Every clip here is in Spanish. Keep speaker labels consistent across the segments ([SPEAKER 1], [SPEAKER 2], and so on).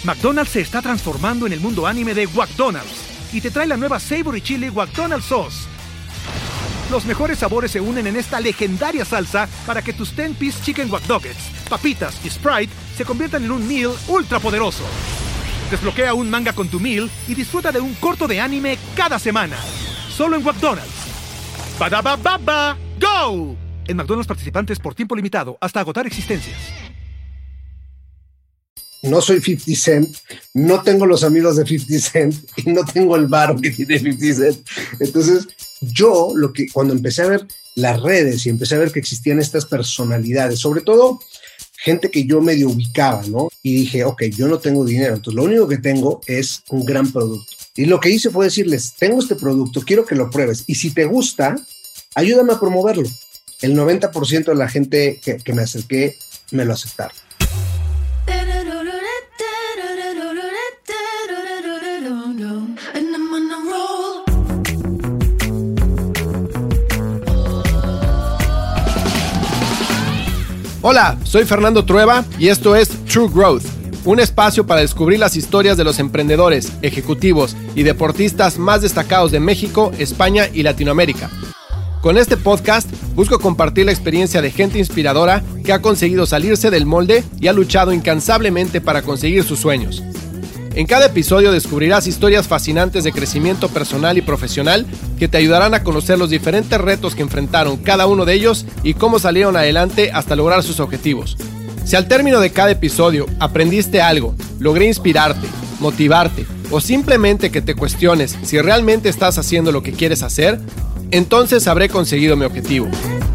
[SPEAKER 1] McDonald's se está transformando en el mundo anime de McDonald's y te trae la nueva Savory Chili McDonald's Sauce. Los mejores sabores se unen en esta legendaria salsa para que tus 10-piece chicken wack nuggets, papitas y Sprite se conviertan en un meal ultra poderoso. Desbloquea un manga con tu meal y disfruta de un corto de anime cada semana. Solo en McDonald's. ¡Badaba baba! ¡Go! En McDonald's participantes por tiempo limitado hasta agotar existencias.
[SPEAKER 2] No soy 50 Cent, no tengo los amigos de 50 Cent y no tengo el varo que tiene 50 Cent. Entonces, yo cuando empecé a ver las redes y empecé a ver que existían estas personalidades, sobre todo gente que yo medio ubicaba, ¿no? Y dije, ok, yo no tengo dinero, entonces lo único que tengo es un gran producto. Y lo que hice fue decirles, tengo este producto, quiero que lo pruebes. Y si te gusta, ayúdame a promoverlo. El 90% de la gente que me acerqué me lo aceptaron.
[SPEAKER 3] Hola, soy Fernando Trueba y esto es True Growth, un espacio para descubrir las historias de los emprendedores, ejecutivos y deportistas más destacados de México, España y Latinoamérica. Con este podcast busco compartir la experiencia de gente inspiradora que ha conseguido salirse del molde y ha luchado incansablemente para conseguir sus sueños. En cada episodio descubrirás historias fascinantes de crecimiento personal y profesional que te ayudarán a conocer los diferentes retos que enfrentaron cada uno de ellos y cómo salieron adelante hasta lograr sus objetivos. Si al término de cada episodio aprendiste algo, logré inspirarte, motivarte o simplemente que te cuestiones si realmente estás haciendo lo que quieres hacer, entonces habré conseguido mi objetivo.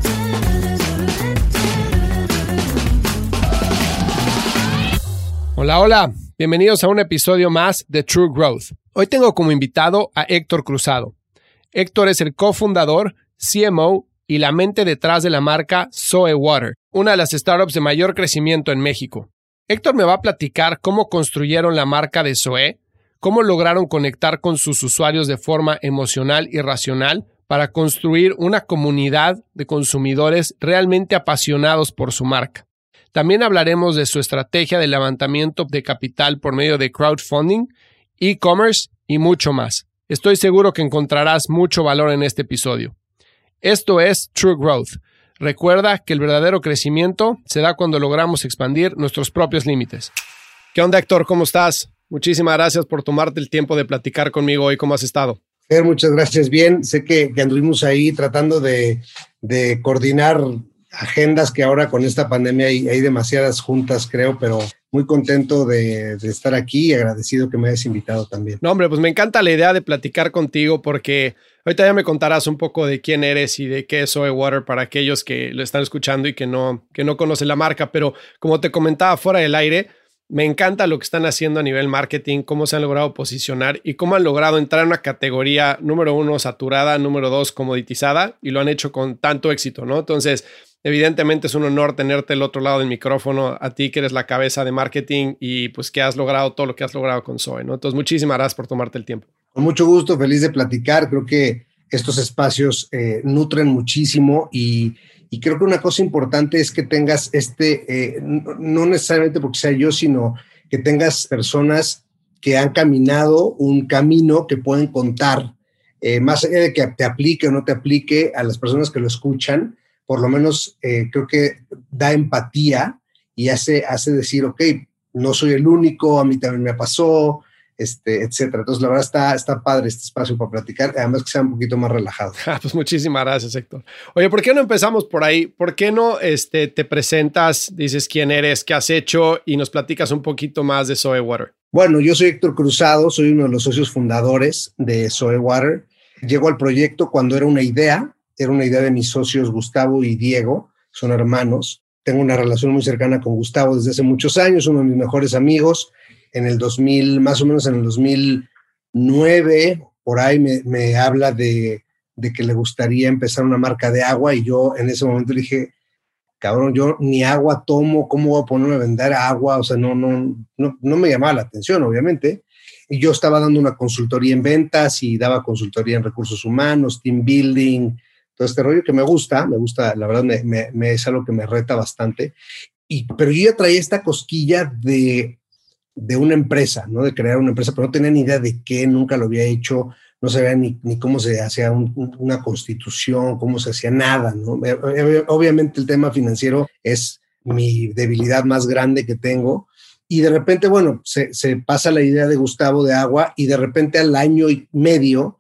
[SPEAKER 3] Hola. Bienvenidos a un episodio más de True Growth. Hoy tengo como invitado a Héctor Cruzado. Héctor es el cofundador, CMO y la mente detrás de la marca Zoe Water, una de las startups de mayor crecimiento en México. Héctor me va a platicar cómo construyeron la marca de Zoe, cómo lograron conectar con sus usuarios de forma emocional y racional para construir una comunidad de consumidores realmente apasionados por su marca. También hablaremos de su estrategia de levantamiento de capital por medio de crowdfunding, e-commerce y mucho más. Estoy seguro que encontrarás mucho valor en este episodio. Esto es True Growth. Recuerda que el verdadero crecimiento se da cuando logramos expandir nuestros propios límites. ¿Qué onda, Héctor? ¿Cómo estás? Muchísimas gracias por tomarte el tiempo de platicar conmigo hoy. ¿Cómo has estado?
[SPEAKER 2] Muchas gracias. Bien, sé que anduvimos ahí tratando de coordinar agendas, que ahora con esta pandemia hay demasiadas juntas, creo, pero muy contento de estar aquí y agradecido que me hayas invitado también.
[SPEAKER 3] No, hombre, pues me encanta la idea de platicar contigo porque ahorita ya me contarás un poco de quién eres y de qué es Zoe Water para aquellos que lo están escuchando y que no conocen la marca, pero como te comentaba fuera del aire, me encanta lo que están haciendo a nivel marketing, cómo se han logrado posicionar y cómo han logrado entrar en una categoría, número 1, saturada, número 2, comoditizada, y lo han hecho con tanto éxito, ¿no? Entonces, evidentemente es un honor tenerte al otro lado del micrófono, a ti que eres la cabeza de marketing y pues que has logrado todo lo que has logrado con Zoe, ¿no? Entonces, muchísimas gracias por tomarte el tiempo.
[SPEAKER 2] Con mucho gusto, feliz de platicar. Creo que estos espacios nutren muchísimo y creo que una cosa importante es que tengas no necesariamente porque sea yo, sino que tengas personas que han caminado un camino que pueden contar, más allá de que te aplique o no te aplique a las personas que lo escuchan. Por lo menos creo que da empatía y hace decir, ok, no soy el único, a mí también me pasó, etcétera. Entonces, la verdad está padre este espacio para platicar, además que sea un poquito más relajado.
[SPEAKER 3] Pues muchísimas gracias, Héctor. Oye, ¿por qué no empezamos por ahí? ¿Por qué no te presentas, dices quién eres, qué has hecho y nos platicas un poquito más de Zoe Water?
[SPEAKER 2] Bueno, yo soy Héctor Cruzado, soy uno de los socios fundadores de Zoe Water. Llego al proyecto cuando era una idea de mis socios Gustavo y Diego, son hermanos. Tengo una relación muy cercana con Gustavo desde hace muchos años, uno de mis mejores amigos. Más o menos en el 2009, por ahí me habla de que le gustaría empezar una marca de agua y yo en ese momento le dije, cabrón, yo ni agua tomo, ¿cómo voy a ponerme a vender agua? O sea, no me llamaba la atención, obviamente. Y yo estaba dando una consultoría en ventas y daba consultoría en recursos humanos, team building, todo este rollo que me gusta, la verdad es algo que me reta bastante. Pero yo ya traía esta cosquilla de de una empresa, ¿no? De crear una empresa, pero no tenía ni idea de qué, nunca lo había hecho, no sabía ni cómo se hacía una constitución, cómo se hacía nada, ¿no? Obviamente el tema financiero es mi debilidad más grande que tengo. Y de repente, bueno, se pasa la idea de Gustavo de agua y de repente al año y medio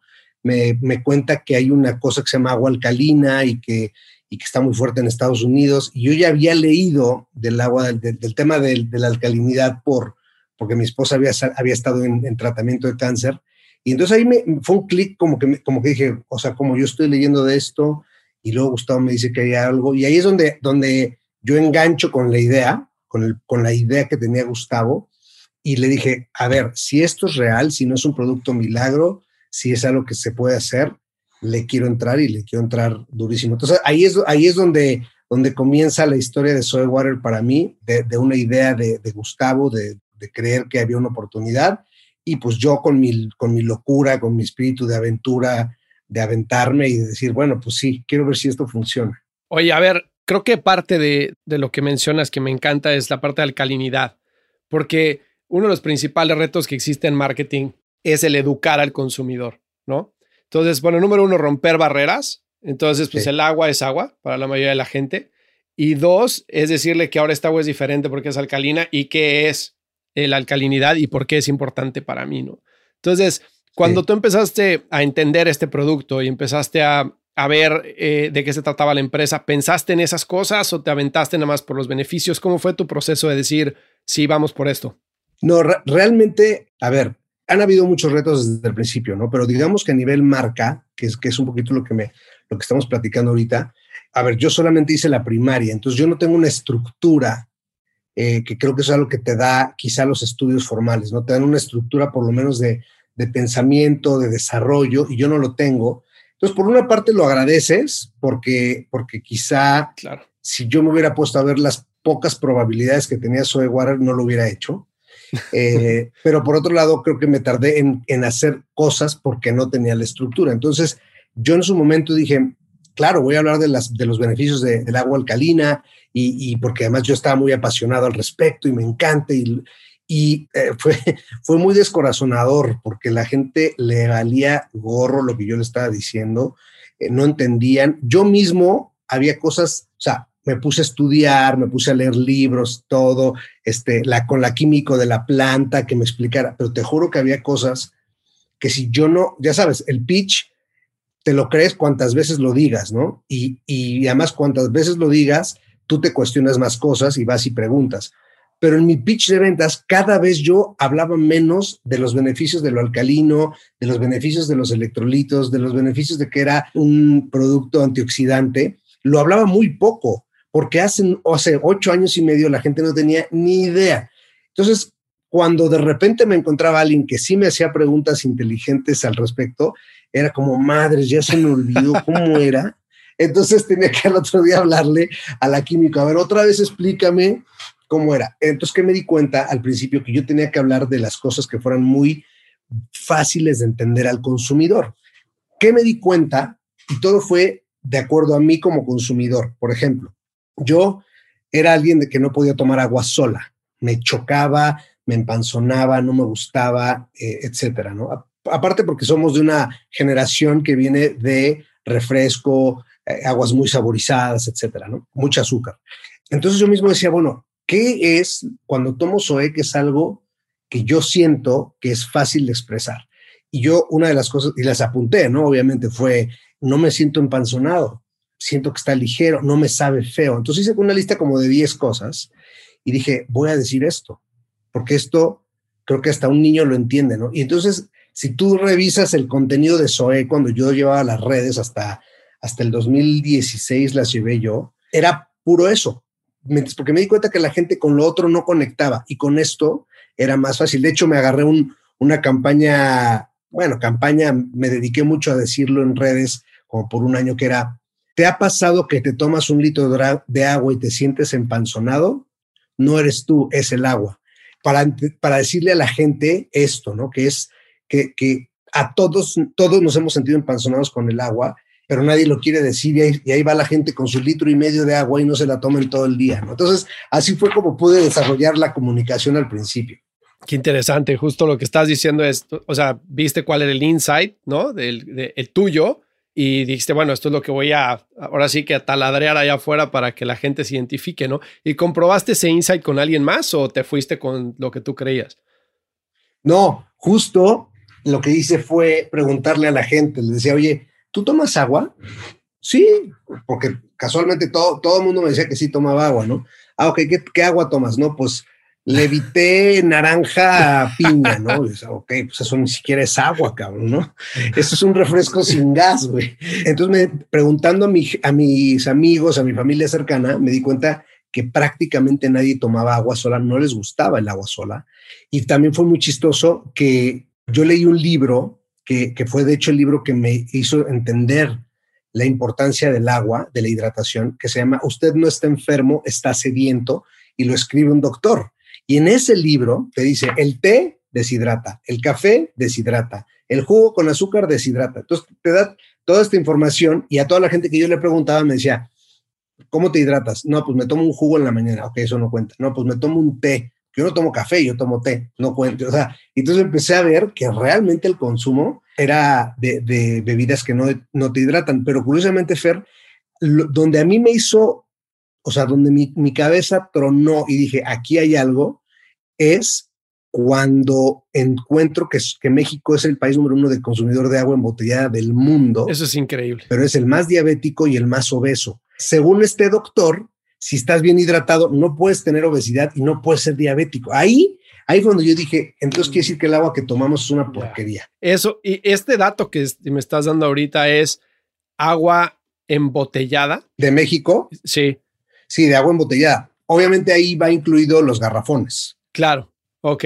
[SPEAKER 2] me cuenta que hay una cosa que se llama agua alcalina y que está muy fuerte en Estados Unidos. Y yo ya había leído del agua, del tema de la alcalinidad porque mi esposa había estado en tratamiento de cáncer. Y entonces ahí fue un clic como que dije, o sea, como yo estoy leyendo de esto y luego Gustavo me dice que hay algo. Y ahí es donde yo engancho con la idea, con la idea que tenía Gustavo, y le dije, a ver, si esto es real, si no es un producto milagro, si es algo que se puede hacer, le quiero entrar durísimo. Entonces ahí es donde comienza la historia de Zoe Water para mí, de una idea de Gustavo, de creer que había una oportunidad, y pues yo con mi locura, con mi espíritu de aventura, de aventarme y de decir, bueno, pues sí, quiero ver si esto funciona.
[SPEAKER 3] Oye, a ver, creo que parte de lo que mencionas que me encanta es la parte de alcalinidad, porque uno de los principales retos que existe en marketing es el educar al consumidor, ¿no? Entonces, bueno, número uno, romper barreras. Entonces, pues sí, el agua es agua para la mayoría de la gente. Y dos, es decirle que ahora esta agua es diferente porque es alcalina y qué es la alcalinidad y por qué es importante para mí, ¿no? Entonces, cuando tú empezaste a entender este producto y empezaste a ver de qué se trataba la empresa, ¿pensaste en esas cosas o te aventaste nada más por los beneficios? ¿Cómo fue tu proceso de decir, sí, vamos por esto?
[SPEAKER 2] No, realmente, a ver, han habido muchos retos desde el principio, ¿no? Pero digamos que a nivel marca, que es un poquito lo que estamos platicando ahorita, a ver, yo solamente hice la primaria, entonces yo no tengo una estructura que creo que es algo que te da quizá los estudios formales, ¿no? Te dan una estructura por lo menos de pensamiento, de desarrollo, y yo no lo tengo. Entonces, por una parte lo agradeces porque quizá si yo me hubiera puesto a ver las pocas probabilidades que tenía Zoe Water, no lo hubiera hecho. Pero por otro lado, creo que me tardé en hacer cosas porque no tenía la estructura. Entonces, yo en su momento dije, claro, voy a hablar de los beneficios del agua alcalina y porque además yo estaba muy apasionado al respecto y me encanta y fue muy descorazonador porque la gente le valía gorro lo que yo le estaba diciendo, no entendían. Yo mismo había cosas, o sea, me puse a estudiar, me puse a leer libros, todo, con la químico de la planta que me explicara, pero te juro que había cosas que si yo no, ya sabes, el pitch te lo crees cuantas veces lo digas, ¿no? Y además cuantas veces lo digas, tú te cuestionas más cosas y vas y preguntas. Pero en mi pitch de ventas, cada vez yo hablaba menos de los beneficios de lo alcalino, de los beneficios de los electrolitos, de los beneficios de que era un producto antioxidante. Lo hablaba muy poco, porque hace 8 años y medio la gente no tenía ni idea. Entonces, cuando de repente me encontraba alguien que sí me hacía preguntas inteligentes al respecto, era como, madres, ya se me olvidó cómo era. Entonces tenía que al otro día hablarle a la química, a ver, otra vez explícame cómo era. Entonces, ¿qué me di cuenta al principio? Que yo tenía que hablar de las cosas que fueran muy fáciles de entender al consumidor. ¿Qué me di cuenta? Y todo fue de acuerdo a mí como consumidor. Por ejemplo, yo era alguien de que no podía tomar agua sola. Me chocaba, me empanzonaba, no me gustaba, etcétera, ¿no? Aparte porque somos de una generación que viene de refresco, aguas muy saborizadas, etcétera, ¿no? Mucho azúcar. Entonces yo mismo decía, bueno, ¿qué es cuando tomo Zoe, que es algo que yo siento que es fácil de expresar? Y yo una de las cosas, y las apunté, ¿no? Obviamente fue, no me siento empanzonado, siento que está ligero, no me sabe feo. Entonces hice una lista como de 10 cosas y dije, voy a decir esto, porque esto creo que hasta un niño lo entiende, ¿no? Y entonces, si tú revisas el contenido de Zoe, cuando yo llevaba las redes hasta el 2016 las llevé yo, era puro eso, porque me di cuenta que la gente con lo otro no conectaba y con esto era más fácil. De hecho, me agarré una campaña, me dediqué mucho a decirlo en redes como por un año, que era, ¿te ha pasado que te tomas un litro de agua y te sientes empanzonado? No eres tú, es el agua. Para decirle a la gente esto, ¿no? Que es que a todos nos hemos sentido empanzonados con el agua, pero nadie lo quiere decir y ahí va la gente con su 1,5 litros de agua y no se la tomen todo el día, ¿no? Entonces, así fue como pude desarrollar la comunicación al principio.
[SPEAKER 3] Qué interesante. Justo lo que estás diciendo es, o sea, viste cuál era el insight, ¿no? El tuyo y dijiste, bueno, esto es lo que voy a, ahora sí que a taladrear allá afuera para que la gente se identifique, ¿no? ¿Y comprobaste ese insight con alguien más o te fuiste con lo que tú creías?
[SPEAKER 2] No, justo lo que hice fue preguntarle a la gente, les decía, oye, ¿tú tomas agua? Sí, porque casualmente todo el mundo me decía que sí tomaba agua, ¿no? Ah, ok, ¿qué agua tomas? No, pues levité naranja piña, ¿no? Dice, ok, pues eso ni siquiera es agua, cabrón, ¿no? Eso es un refresco sin gas, güey. Entonces, preguntando a mis amigos, a mi familia cercana, me di cuenta que prácticamente nadie tomaba agua sola, no les gustaba el agua sola. Y también fue muy chistoso que yo leí un libro que fue de hecho el libro que me hizo entender la importancia del agua, de la hidratación, que se llama Usted no está enfermo, está sediento, y lo escribe un doctor. Y en ese libro te dice, el té deshidrata, el café deshidrata, el jugo con azúcar deshidrata. Entonces te da toda esta información y a toda la gente que yo le preguntaba me decía, ¿cómo te hidratas? No, pues me tomo un jugo en la mañana. Ok, eso no cuenta. No, pues me tomo un té. Yo no tomo café, yo tomo té. No cuenta. O sea, entonces empecé a ver que realmente el consumo era de bebidas que no te hidratan. Pero curiosamente, Fer, donde a mí me hizo, o sea, donde mi cabeza tronó y dije, aquí hay algo, es cuando encuentro que México es el país número 1 de consumidor de agua embotellada del mundo.
[SPEAKER 3] Eso es increíble.
[SPEAKER 2] Pero es el más diabético y el más obeso. Según este doctor, si estás bien hidratado, no puedes tener obesidad y no puedes ser diabético. Ahí fue cuando yo dije, entonces quiere decir que el agua que tomamos es una porquería.
[SPEAKER 3] Eso, y este dato que me estás dando ahorita es agua embotellada.
[SPEAKER 2] ¿De México?
[SPEAKER 3] Sí.
[SPEAKER 2] Sí, de agua embotellada. Obviamente ahí va incluido los garrafones.
[SPEAKER 3] Claro. Ok.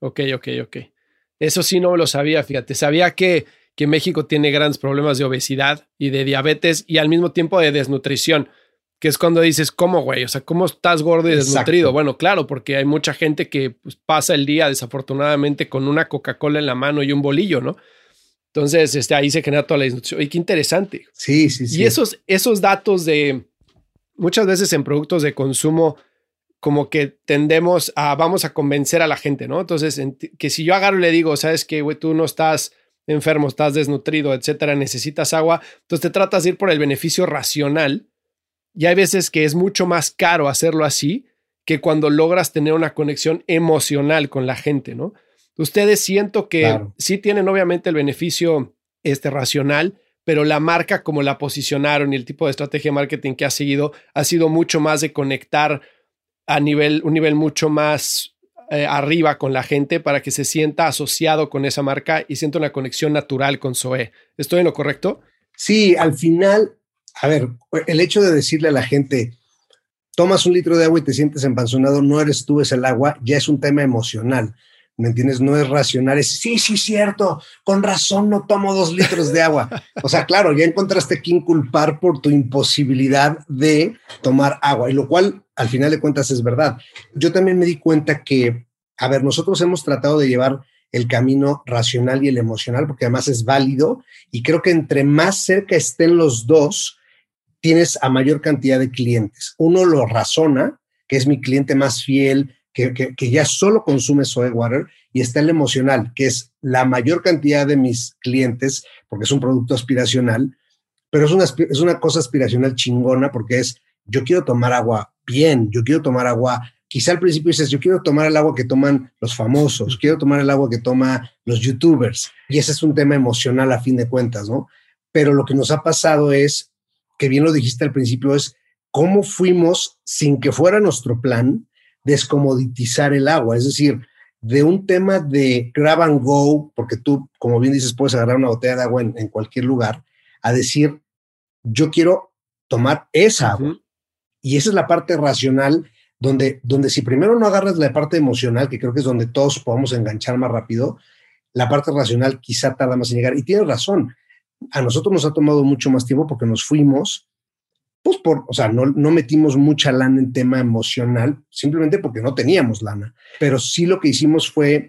[SPEAKER 3] Eso sí no lo sabía, fíjate. Sabía que México tiene grandes problemas de obesidad y de diabetes y al mismo tiempo de desnutrición, que es cuando dices, ¿cómo, güey? O sea, ¿cómo estás gordo y desnutrido? Exacto. Bueno, claro, porque hay mucha gente que pues, pasa el día desafortunadamente con una Coca-Cola en la mano y un bolillo, ¿no? Entonces, ahí se genera toda la desnutrición. Y qué interesante.
[SPEAKER 2] Sí.
[SPEAKER 3] Y esos datos de muchas veces en productos de consumo como que tendemos vamos a convencer a la gente, ¿no? Entonces, que si yo agarro y le digo, ¿sabes qué, güey? Tú no estás enfermo, estás desnutrido, etcétera, necesitas agua. Entonces te tratas de ir por el beneficio racional y hay veces que es mucho más caro hacerlo así que cuando logras tener una conexión emocional con la gente, ¿no? Ustedes siento que sí tienen obviamente el beneficio racional, pero la marca como la posicionaron y el tipo de estrategia de marketing que ha seguido ha sido mucho más de conectar a un nivel mucho más arriba con la gente para que se sienta asociado con esa marca y sienta una conexión natural con Zoé. ¿Estoy en lo correcto?
[SPEAKER 2] Sí, al final, a ver, el hecho de decirle a la gente, tomas un litro de agua y te sientes empanzonado, no eres tú, es el agua, ya es un tema emocional. ¿Me entiendes? No es racional, es sí, cierto, con razón no tomo 2 litros de agua. O sea, claro, ya encontraste quien culpar por tu imposibilidad de tomar agua, y lo cual al final de cuentas es verdad. Yo también me di cuenta que, a ver, nosotros hemos tratado de llevar el camino racional y el emocional, porque además es válido, y creo que entre más cerca estén los dos, tienes a mayor cantidad de clientes. Uno lo razona, que es mi cliente más fiel, que ya solo consume Zoé Water, y está el emocional, que es la mayor cantidad de mis clientes, porque es un producto aspiracional, pero es una cosa aspiracional chingona, porque es, yo quiero tomar agua bien, yo quiero tomar agua, quizá al principio dices, yo quiero tomar el agua que toman los famosos, quiero tomar el agua que toman los youtubers, y ese es un tema emocional a fin de cuentas, ¿no? Pero lo que nos ha pasado es, que bien lo dijiste al principio, es cómo fuimos, sin que fuera nuestro plan, descomoditizar el agua, es decir, de un tema de grab and go, porque tú, como bien dices, puedes agarrar una botella de agua en cualquier lugar, a decir, yo quiero tomar esa agua. Y esa es la parte racional, donde si primero no agarras la parte emocional, que creo que es donde todos podemos enganchar más rápido, la parte racional quizá tarda más en llegar. Y tienes razón, a nosotros nos ha tomado mucho más tiempo porque nos fuimos, pues no metimos mucha lana en tema emocional, simplemente porque no teníamos lana. Pero sí lo que hicimos fue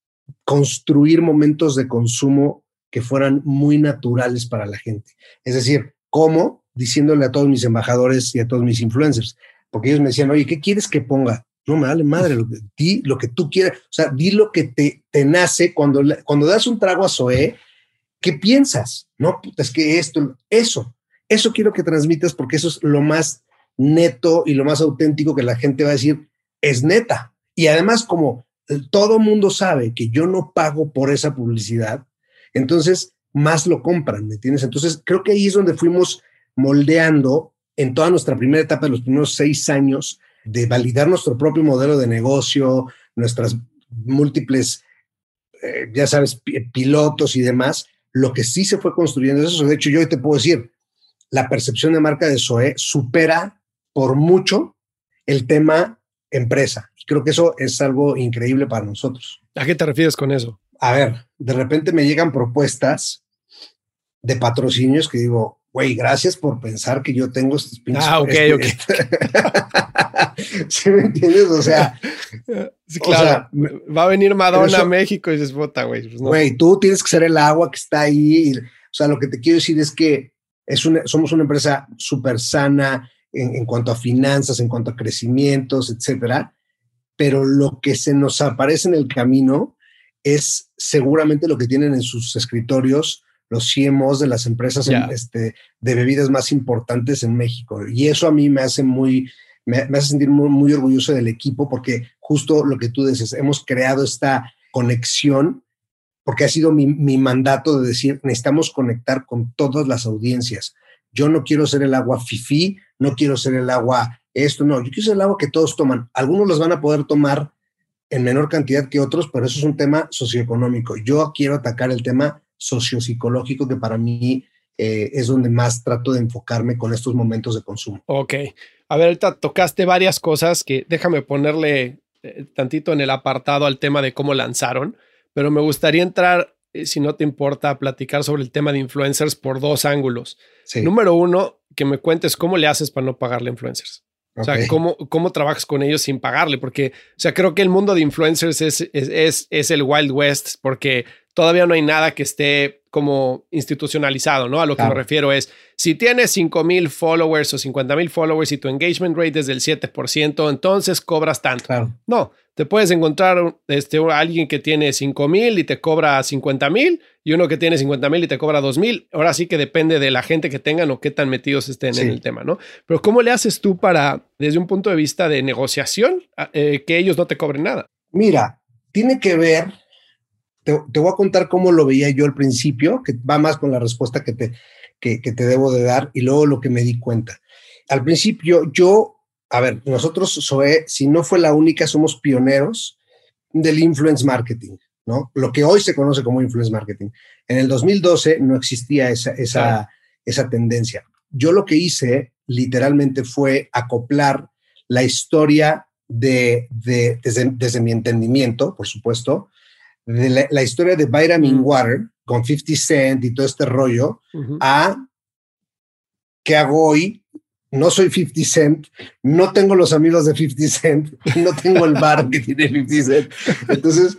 [SPEAKER 2] construir momentos de consumo que fueran muy naturales para la gente. Es decir, ¿cómo? Diciéndole a todos mis embajadores y a todos mis influencers, porque ellos me decían, oye, ¿qué quieres que ponga? no me vale madre, di lo que tú quieras, o sea, di lo que te nace cuando das un trago a Zoé. ¿Qué piensas? No, puta, es que eso quiero que transmitas, porque eso es lo más neto y lo más auténtico que la gente va a decir, es neta. Y además, como todo mundo sabe que yo no pago por esa publicidad, entonces más lo compran, ¿me entiendes? Entonces creo que ahí es donde fuimos moldeando en toda nuestra primera etapa, de los primeros 6 años, de validar nuestro propio modelo de negocio, nuestras múltiples, ya sabes, pilotos y demás. Lo que sí se fue construyendo es eso. De hecho, yo hoy te puedo decir, la percepción de marca de Zoé supera por mucho el tema empresa. Y creo que eso es algo increíble para nosotros.
[SPEAKER 3] ¿A qué te refieres con eso?
[SPEAKER 2] A ver, de repente me llegan propuestas de patrocinios que digo, güey, gracias por pensar que yo tengo estos pinches...
[SPEAKER 3] Ok.
[SPEAKER 2] ¿Sí me entiendes? O sea...
[SPEAKER 3] Sí, claro, o sea, va a venir Madonna a México y dices, puta, güey. Pues no.
[SPEAKER 2] Güey, tú tienes que ser el agua que está ahí. O sea, lo que te quiero decir es que somos una empresa súper sana en cuanto a finanzas, en cuanto a crecimientos, etcétera. Pero lo que se nos aparece en el camino es seguramente lo que tienen en sus escritorios los CMOs de las empresas de bebidas más importantes en México. Y eso a mí me hace sentir muy, muy orgulloso del equipo, porque justo lo que tú dices, hemos creado esta conexión, porque ha sido mi mandato de decir, necesitamos conectar con todas las audiencias. Yo no quiero ser el agua fifí, no quiero ser el agua no, yo quiero ser el agua que todos toman. Algunos los van a poder tomar en menor cantidad que otros, pero eso es un tema socioeconómico. Yo quiero atacar el tema sociopsicológico, que para mí es donde más trato de enfocarme con estos momentos de consumo.
[SPEAKER 3] Ok. A ver, ahorita tocaste varias cosas que déjame ponerle tantito en el apartado al tema de cómo lanzaron, pero me gustaría entrar, si no te importa, a platicar sobre el tema de influencers por 2 ángulos. Sí. Número 1, que me cuentes cómo le haces para no pagarle a influencers. O sea, ¿cómo trabajas con ellos sin pagarle? Porque, o sea, creo que el mundo de influencers es el Wild West, porque todavía no hay nada que esté como institucionalizado, ¿no? A lo que me refiero es, si tienes 5,000 followers o 50,000 followers y tu engagement rate es del 7%, entonces cobras tanto. Claro. No, te puedes encontrar alguien que tiene 5,000 y te cobra 50,000 y uno que tiene 50,000 y te cobra 2,000. Ahora sí que depende de la gente que tengan o qué tan metidos estén en el tema, ¿no? Pero ¿cómo le haces tú para, desde un punto de vista de negociación, que ellos no te cobren nada?
[SPEAKER 2] Mira, tiene que ver... Te voy a contar cómo lo veía yo al principio, que va más con la respuesta que te debo de dar, y luego lo que me di cuenta. Al principio nosotros, Zoé, si no fue la única, somos pioneros del influence marketing, ¿no? Lo que hoy se conoce como influence marketing. En el 2012 no existía esa tendencia. Yo lo que hice literalmente fue acoplar la historia desde mi entendimiento, por supuesto, de la historia de Vitamin Water con 50 Cent y todo este rollo, a qué hago hoy. No soy 50 Cent, no tengo los amigos de 50 Cent, no tengo el bar que tiene 50 Cent. Entonces,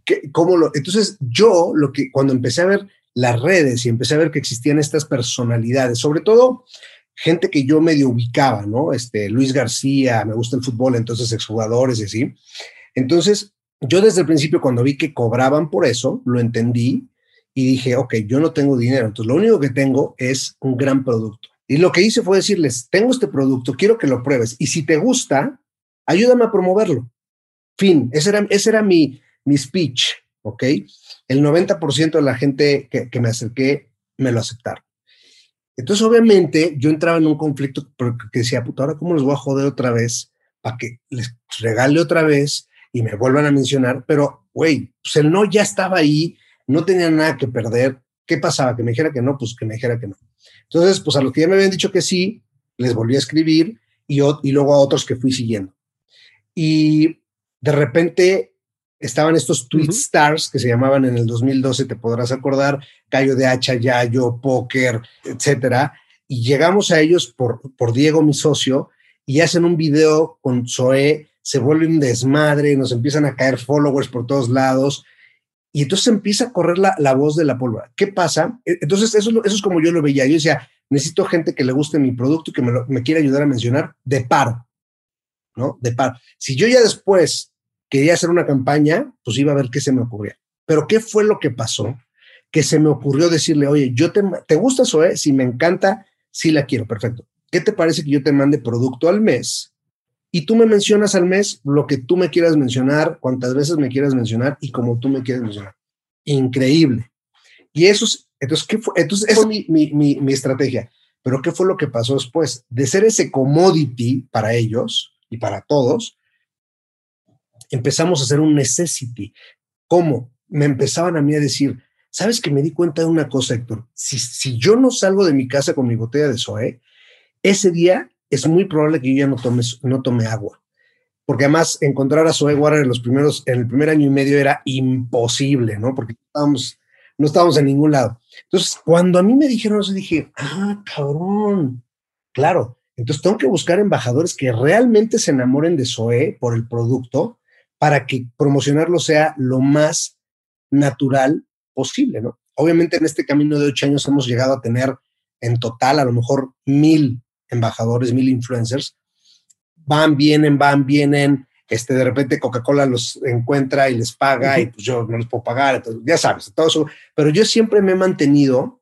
[SPEAKER 2] cuando empecé a ver las redes y empecé a ver que existían estas personalidades, sobre todo gente que yo medio ubicaba, ¿no? Luis García, me gusta el fútbol, entonces exjugadores y así. Entonces, yo desde el principio, cuando vi que cobraban por eso, lo entendí y dije, ok, yo no tengo dinero, entonces lo único que tengo es un gran producto. Y lo que hice fue decirles, tengo este producto, quiero que lo pruebes, y si te gusta, ayúdame a promoverlo. Fin, ese era mi speech, ¿ok? El 90% de la gente que me acerqué me lo aceptaron. Entonces, obviamente, yo entraba en un conflicto porque decía, puta, ¿ahora cómo les voy a joder otra vez para que les regale otra vez y me vuelvan a mencionar? Pero, güey, pues el no ya estaba ahí, no tenía nada que perder. ¿Qué pasaba? ¿Que me dijera que no? Pues que me dijera que no. Entonces, pues a los que ya me habían dicho que sí, les volví a escribir y luego a otros que fui siguiendo. Y de repente estaban estos tweet stars que se llamaban en el 2012, te podrás acordar, Cayo de Hacha, Yayo, Póker, etcétera. Y llegamos a ellos por Diego, mi socio, y hacen un video con Zoé, se vuelve un desmadre, nos empiezan a caer followers por todos lados. Y entonces empieza a correr la voz de la pólvora. ¿Qué pasa? Entonces eso es como yo lo veía. Yo decía, necesito gente que le guste mi producto y que me quiera ayudar a mencionar de paro. ¿no? Si yo ya después quería hacer una campaña, pues iba a ver qué se me ocurría. Pero ¿qué fue lo que pasó? Que se me ocurrió decirle, oye, ¿te gusta Zoé? Si me encanta, sí la quiero, perfecto. ¿Qué te parece que yo te mande producto al mes? Y tú me mencionas al mes lo que tú me quieras mencionar, cuantas veces me quieras mencionar y como tú me quieras mencionar. Increíble. Y entonces, ¿qué fue? Entonces, esa fue mi estrategia. Pero ¿qué fue lo que pasó después? De ser ese commodity para ellos y para todos, empezamos a hacer un necessity. ¿Cómo? Me empezaban a mí a decir, ¿sabes que me di cuenta de una cosa, Héctor? Si yo no salgo de mi casa con mi botella de Zoé, ese día es muy probable que yo ya no tome agua. Porque además encontrar a Zoé Water en el primer año y medio era imposible, ¿no? Porque no estábamos en ningún lado. Entonces, cuando a mí me dijeron eso, dije, cabrón, claro. Entonces tengo que buscar embajadores que realmente se enamoren de Zoé por el producto para que promocionarlo sea lo más natural posible, ¿no? Obviamente en este camino de 8 años hemos llegado a tener en total a lo mejor 1,000 embajadores, 1,000 influencers. Van, vienen, de repente Coca-Cola los encuentra y les paga y pues yo no les puedo pagar, entonces, ya sabes, todo eso. Pero yo siempre me he mantenido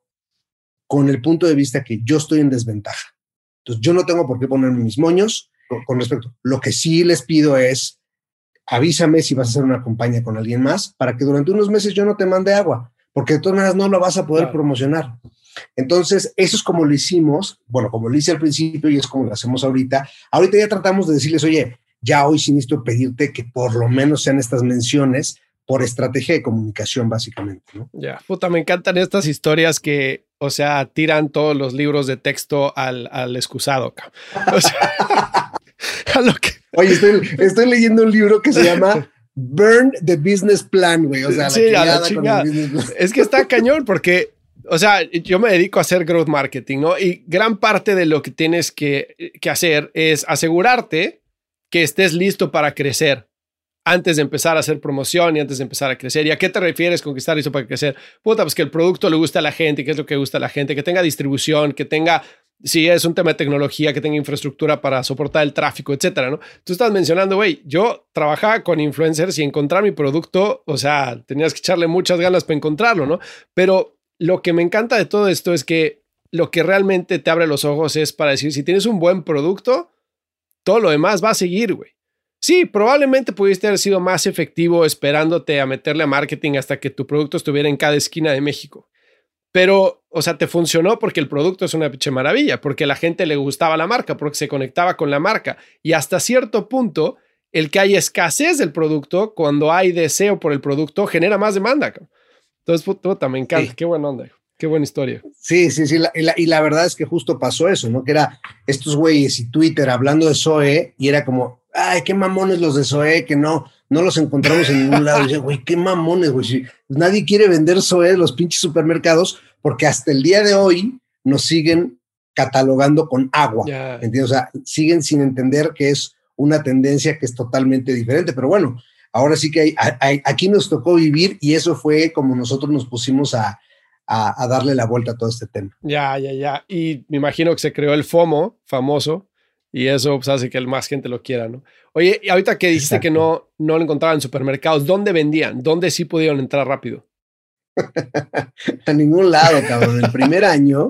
[SPEAKER 2] con el punto de vista que yo estoy en desventaja. Entonces yo no tengo por qué ponerme mis moños con respecto. Lo que sí les pido es, avísame si vas a hacer una campaña con alguien más para que durante unos meses yo no te mande agua, porque de todas maneras no lo vas a poder promocionar. Entonces, eso es como lo hicimos, bueno, como lo hice al principio y es como lo hacemos ahorita. Ahorita ya tratamos de decirles, oye, ya hoy sí necesito pedirte que por lo menos sean estas menciones por estrategia de comunicación, básicamente, ¿no?
[SPEAKER 3] Ya, puta, me encantan estas historias que, o sea, tiran todos los libros de texto al excusado. O sea, a lo que...
[SPEAKER 2] Oye, estoy leyendo un libro que se llama Burn the Business Plan, güey. O sea,
[SPEAKER 3] sí, la chingada. Es que está cañón porque, o sea, yo me dedico a hacer growth marketing, ¿no? Y gran parte de lo que tienes que hacer es asegurarte que estés listo para crecer antes de empezar a hacer promoción y antes de empezar a crecer. ¿Y a qué te refieres con que estar listo para crecer? Puta, pues que el producto le guste a la gente, qué es lo que gusta a la gente, que tenga distribución, que tenga, si es un tema de tecnología, que tenga infraestructura para soportar el tráfico, etcétera, ¿no? Tú estás mencionando, güey, yo trabajaba con influencers y encontrar mi producto, o sea, tenías que echarle muchas ganas para encontrarlo, ¿no? Pero lo que me encanta de todo esto es que lo que realmente te abre los ojos es para decir, si tienes un buen producto, todo lo demás va a seguir, güey. Sí, probablemente pudiste haber sido más efectivo esperándote a meterle a marketing hasta que tu producto estuviera en cada esquina de México. Pero, o sea, te funcionó porque el producto es una pinche maravilla, porque a la gente le gustaba la marca, porque se conectaba con la marca. Y hasta cierto punto, el que hay escasez del producto, cuando hay deseo por el producto, genera más demanda. Entonces, puta, me encanta. Sí. Qué buena onda. Qué buena historia.
[SPEAKER 2] Sí. Y la verdad es que justo pasó eso, ¿no? Que era estos güeyes y Twitter hablando de Zoé y era como, ay, qué mamones los de Zoé, que no los encontramos en ningún lado. Y decía, güey, qué mamones, güey. Si nadie quiere vender Zoé en los pinches supermercados porque hasta el día de hoy nos siguen catalogando con agua. Yeah. ¿Entiendes? O sea, siguen sin entender que es una tendencia que es totalmente diferente. Pero bueno, ahora sí que aquí nos tocó vivir y eso fue como nosotros nos pusimos a darle la vuelta a todo este tema.
[SPEAKER 3] Ya. Y me imagino que se creó el FOMO famoso y eso pues, hace que más gente lo quiera, ¿no? Oye, y ahorita que dijiste que no lo encontraban en supermercados, ¿dónde vendían? ¿Dónde sí pudieron entrar rápido?
[SPEAKER 2] A ningún lado, cabrón. El primer año,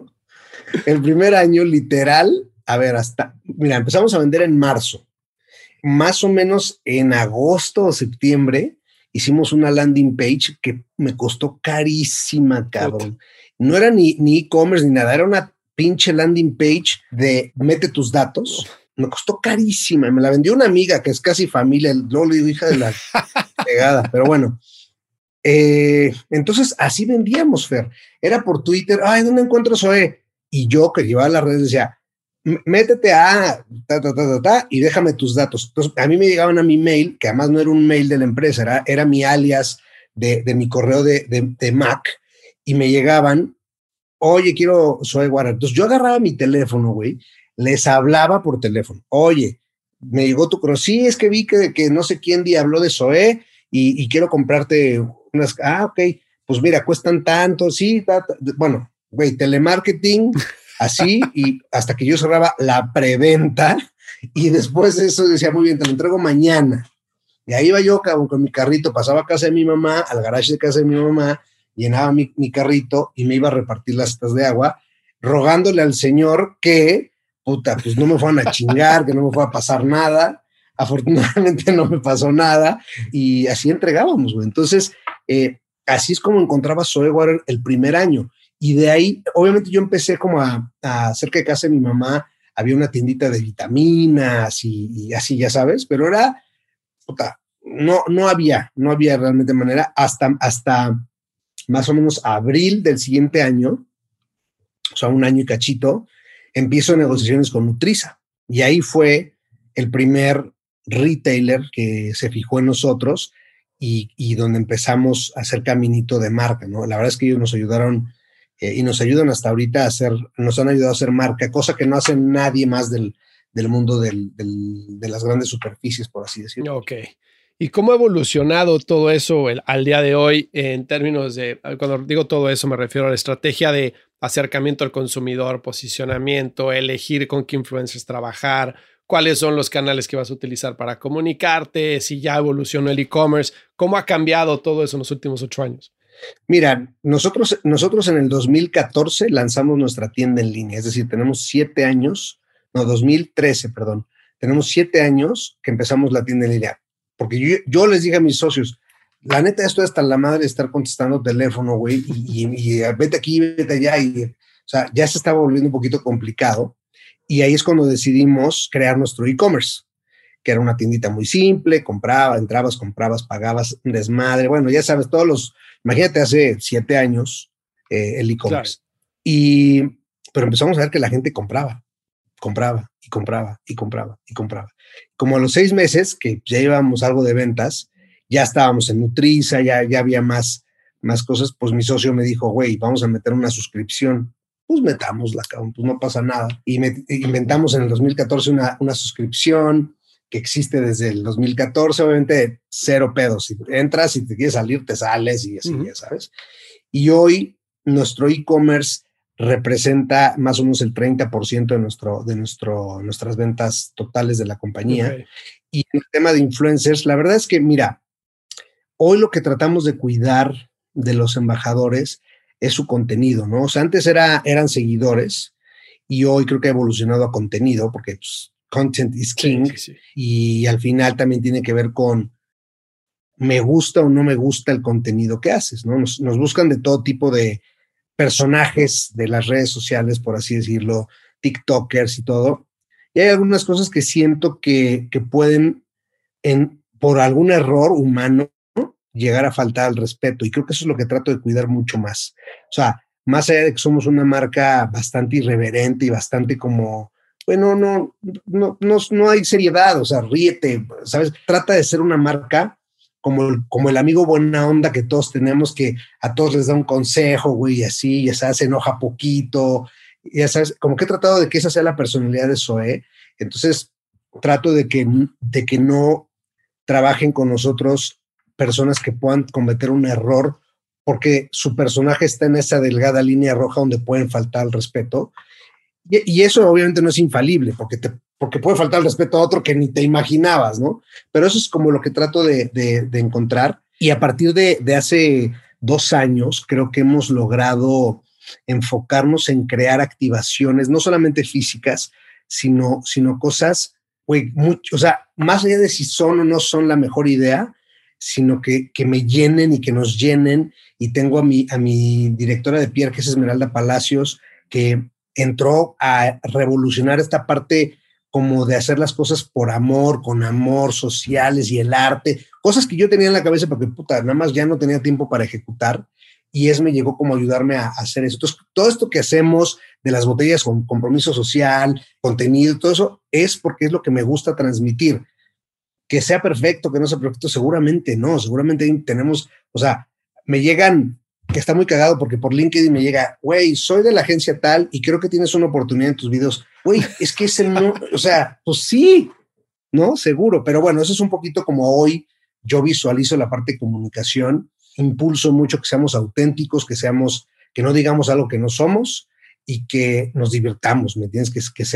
[SPEAKER 2] literal, mira, empezamos a vender en marzo. Más o menos en agosto o septiembre hicimos una landing page que me costó carísima, cabrón. No era ni e-commerce ni nada, era una pinche landing page de mete tus datos. Me costó carísima. Me la vendió una amiga que es casi familia. Luego le digo, hija de la pegada. Pero bueno. Entonces así vendíamos, Fer. Era por Twitter. Ay, ¿dónde encuentro Zoé? Y yo que llevaba las redes decía, métete a y déjame tus datos. Entonces, a mí me llegaban a mi mail, que además no era un mail de la empresa, era mi alias de mi correo de Mac, y me llegaban, oye, quiero Zoé Water. Entonces, yo agarraba mi teléfono, güey, les hablaba por teléfono. Oye, me llegó tu correo. Sí, es que vi que no sé quién día habló de Zoé y quiero comprarte unas. Ok, pues mira, cuestan tanto, sí, bueno, güey, telemarketing. Así, y hasta que yo cerraba la preventa, Y después de eso decía, muy bien, te lo entrego mañana. Y ahí iba yo, cabrón, con mi carrito, pasaba a casa de mi mamá, al garage de casa de mi mamá, llenaba mi carrito y me iba a repartir las latas de agua, rogándole al señor que, puta, pues no me fueran a chingar, que no me fuera a pasar nada. Afortunadamente no me pasó nada y así entregábamos, güey. Entonces, así es como encontraba Zoe Water el primer año. Y de ahí, obviamente yo empecé como a cerca de casa de mi mamá, había una tiendita de vitaminas y así, ya sabes, pero era, puta, no había realmente manera hasta más o menos abril del siguiente año, o sea, un año y cachito, empiezo negociaciones con Nutriza. Y ahí fue el primer retailer que se fijó en nosotros y donde empezamos a hacer caminito de marca, ¿no? La verdad es que ellos nos ayudaron y nos ayudan hasta ahorita nos han ayudado a hacer marca, cosa que no hace nadie más del mundo de las grandes superficies, por así decirlo.
[SPEAKER 3] Ok. ¿Y cómo ha evolucionado todo eso al día de hoy en términos de, cuando digo todo eso me refiero a la estrategia de acercamiento al consumidor, posicionamiento, elegir con qué influencers trabajar, cuáles son los canales que vas a utilizar para comunicarte, si ya evolucionó el e-commerce, cómo ha cambiado todo eso en los últimos 8 años?
[SPEAKER 2] Mira, nosotros en el 2014 lanzamos nuestra tienda en línea, es decir, tenemos 7 años, no, 2013, perdón, tenemos 7 años que empezamos la tienda en línea, porque yo les dije a mis socios, la neta, esto es hasta la madre de estar contestando teléfono, güey, y vete aquí, vete allá, o sea, ya se estaba volviendo un poquito complicado, y ahí es cuando decidimos crear nuestro e-commerce, que era una tiendita muy simple, entrabas, comprabas, pagabas, un desmadre, bueno, ya sabes, imagínate hace 7 años el e-commerce. Claro. Pero empezamos a ver que la gente compraba. Como a los 6 meses que ya llevábamos algo de ventas, ya estábamos en Nutriza, ya había más cosas, pues mi socio me dijo, güey, vamos a meter una suscripción. Pues metámosla, cabrón, pues no pasa nada. Y inventamos en el 2014 una suscripción que existe desde el 2014, obviamente 0 pedos. Si entras y te quieres salir, te sales y así, ya sabes. Y hoy nuestro e-commerce representa más o menos el 30% de nuestras ventas totales de la compañía. Okay. Y en el tema de influencers, la verdad es que, mira, hoy lo que tratamos de cuidar de los embajadores es su contenido, ¿no? O sea, antes eran seguidores y hoy creo que ha evolucionado a contenido porque pues, content is king. Sí. Y al final también tiene que ver con me gusta o no me gusta el contenido que haces, ¿no? Nos buscan de todo tipo de personajes de las redes sociales, por así decirlo, TikTokers y todo. Y hay algunas cosas que siento que pueden, por algún error humano, llegar a faltar al respeto. Y creo que eso es lo que trato de cuidar mucho más. O sea, más allá de que somos una marca bastante irreverente y bastante como, bueno, no hay seriedad, o sea, ríete, ¿sabes? Trata de ser una marca como el amigo buena onda que todos tenemos, que a todos les da un consejo, güey, y así, ya sabes, se enoja poquito, ya sabes, como que he tratado de que esa sea la personalidad de Zoe. Entonces, trato de que no trabajen con nosotros personas que puedan cometer un error porque su personaje está en esa delgada línea roja donde pueden faltar al respeto. Y eso obviamente no es infalible, porque puede faltar el respeto a otro que ni te imaginabas, ¿no? Pero eso es como lo que trato de encontrar. Y a partir de hace 2 años, creo que hemos logrado enfocarnos en crear activaciones, no solamente físicas, sino cosas, güey, o sea, más allá de si son o no son la mejor idea, sino que me llenen y que nos llenen. Y tengo a mi directora de PR, que es Esmeralda Palacios, que entró a revolucionar esta parte como de hacer las cosas por amor, con amor, sociales y el arte, cosas que yo tenía en la cabeza porque, puta, nada más ya no tenía tiempo para ejecutar, y me llegó como a ayudarme a hacer eso. Entonces, todo esto que hacemos de las botellas con compromiso social, contenido, todo eso, es porque es lo que me gusta transmitir. Que sea perfecto, que no sea perfecto, seguramente no, seguramente tenemos, o sea, me llegan, que está muy cagado porque por LinkedIn me llega, güey, soy de la agencia tal y creo que tienes una oportunidad en tus videos. Güey, es que ese no, o sea, pues sí, ¿no? Seguro, pero bueno, eso es un poquito como hoy yo visualizo la parte de comunicación, impulso mucho que seamos auténticos, que no digamos algo que no somos y que nos divirtamos, ¿me entiendes? Que sea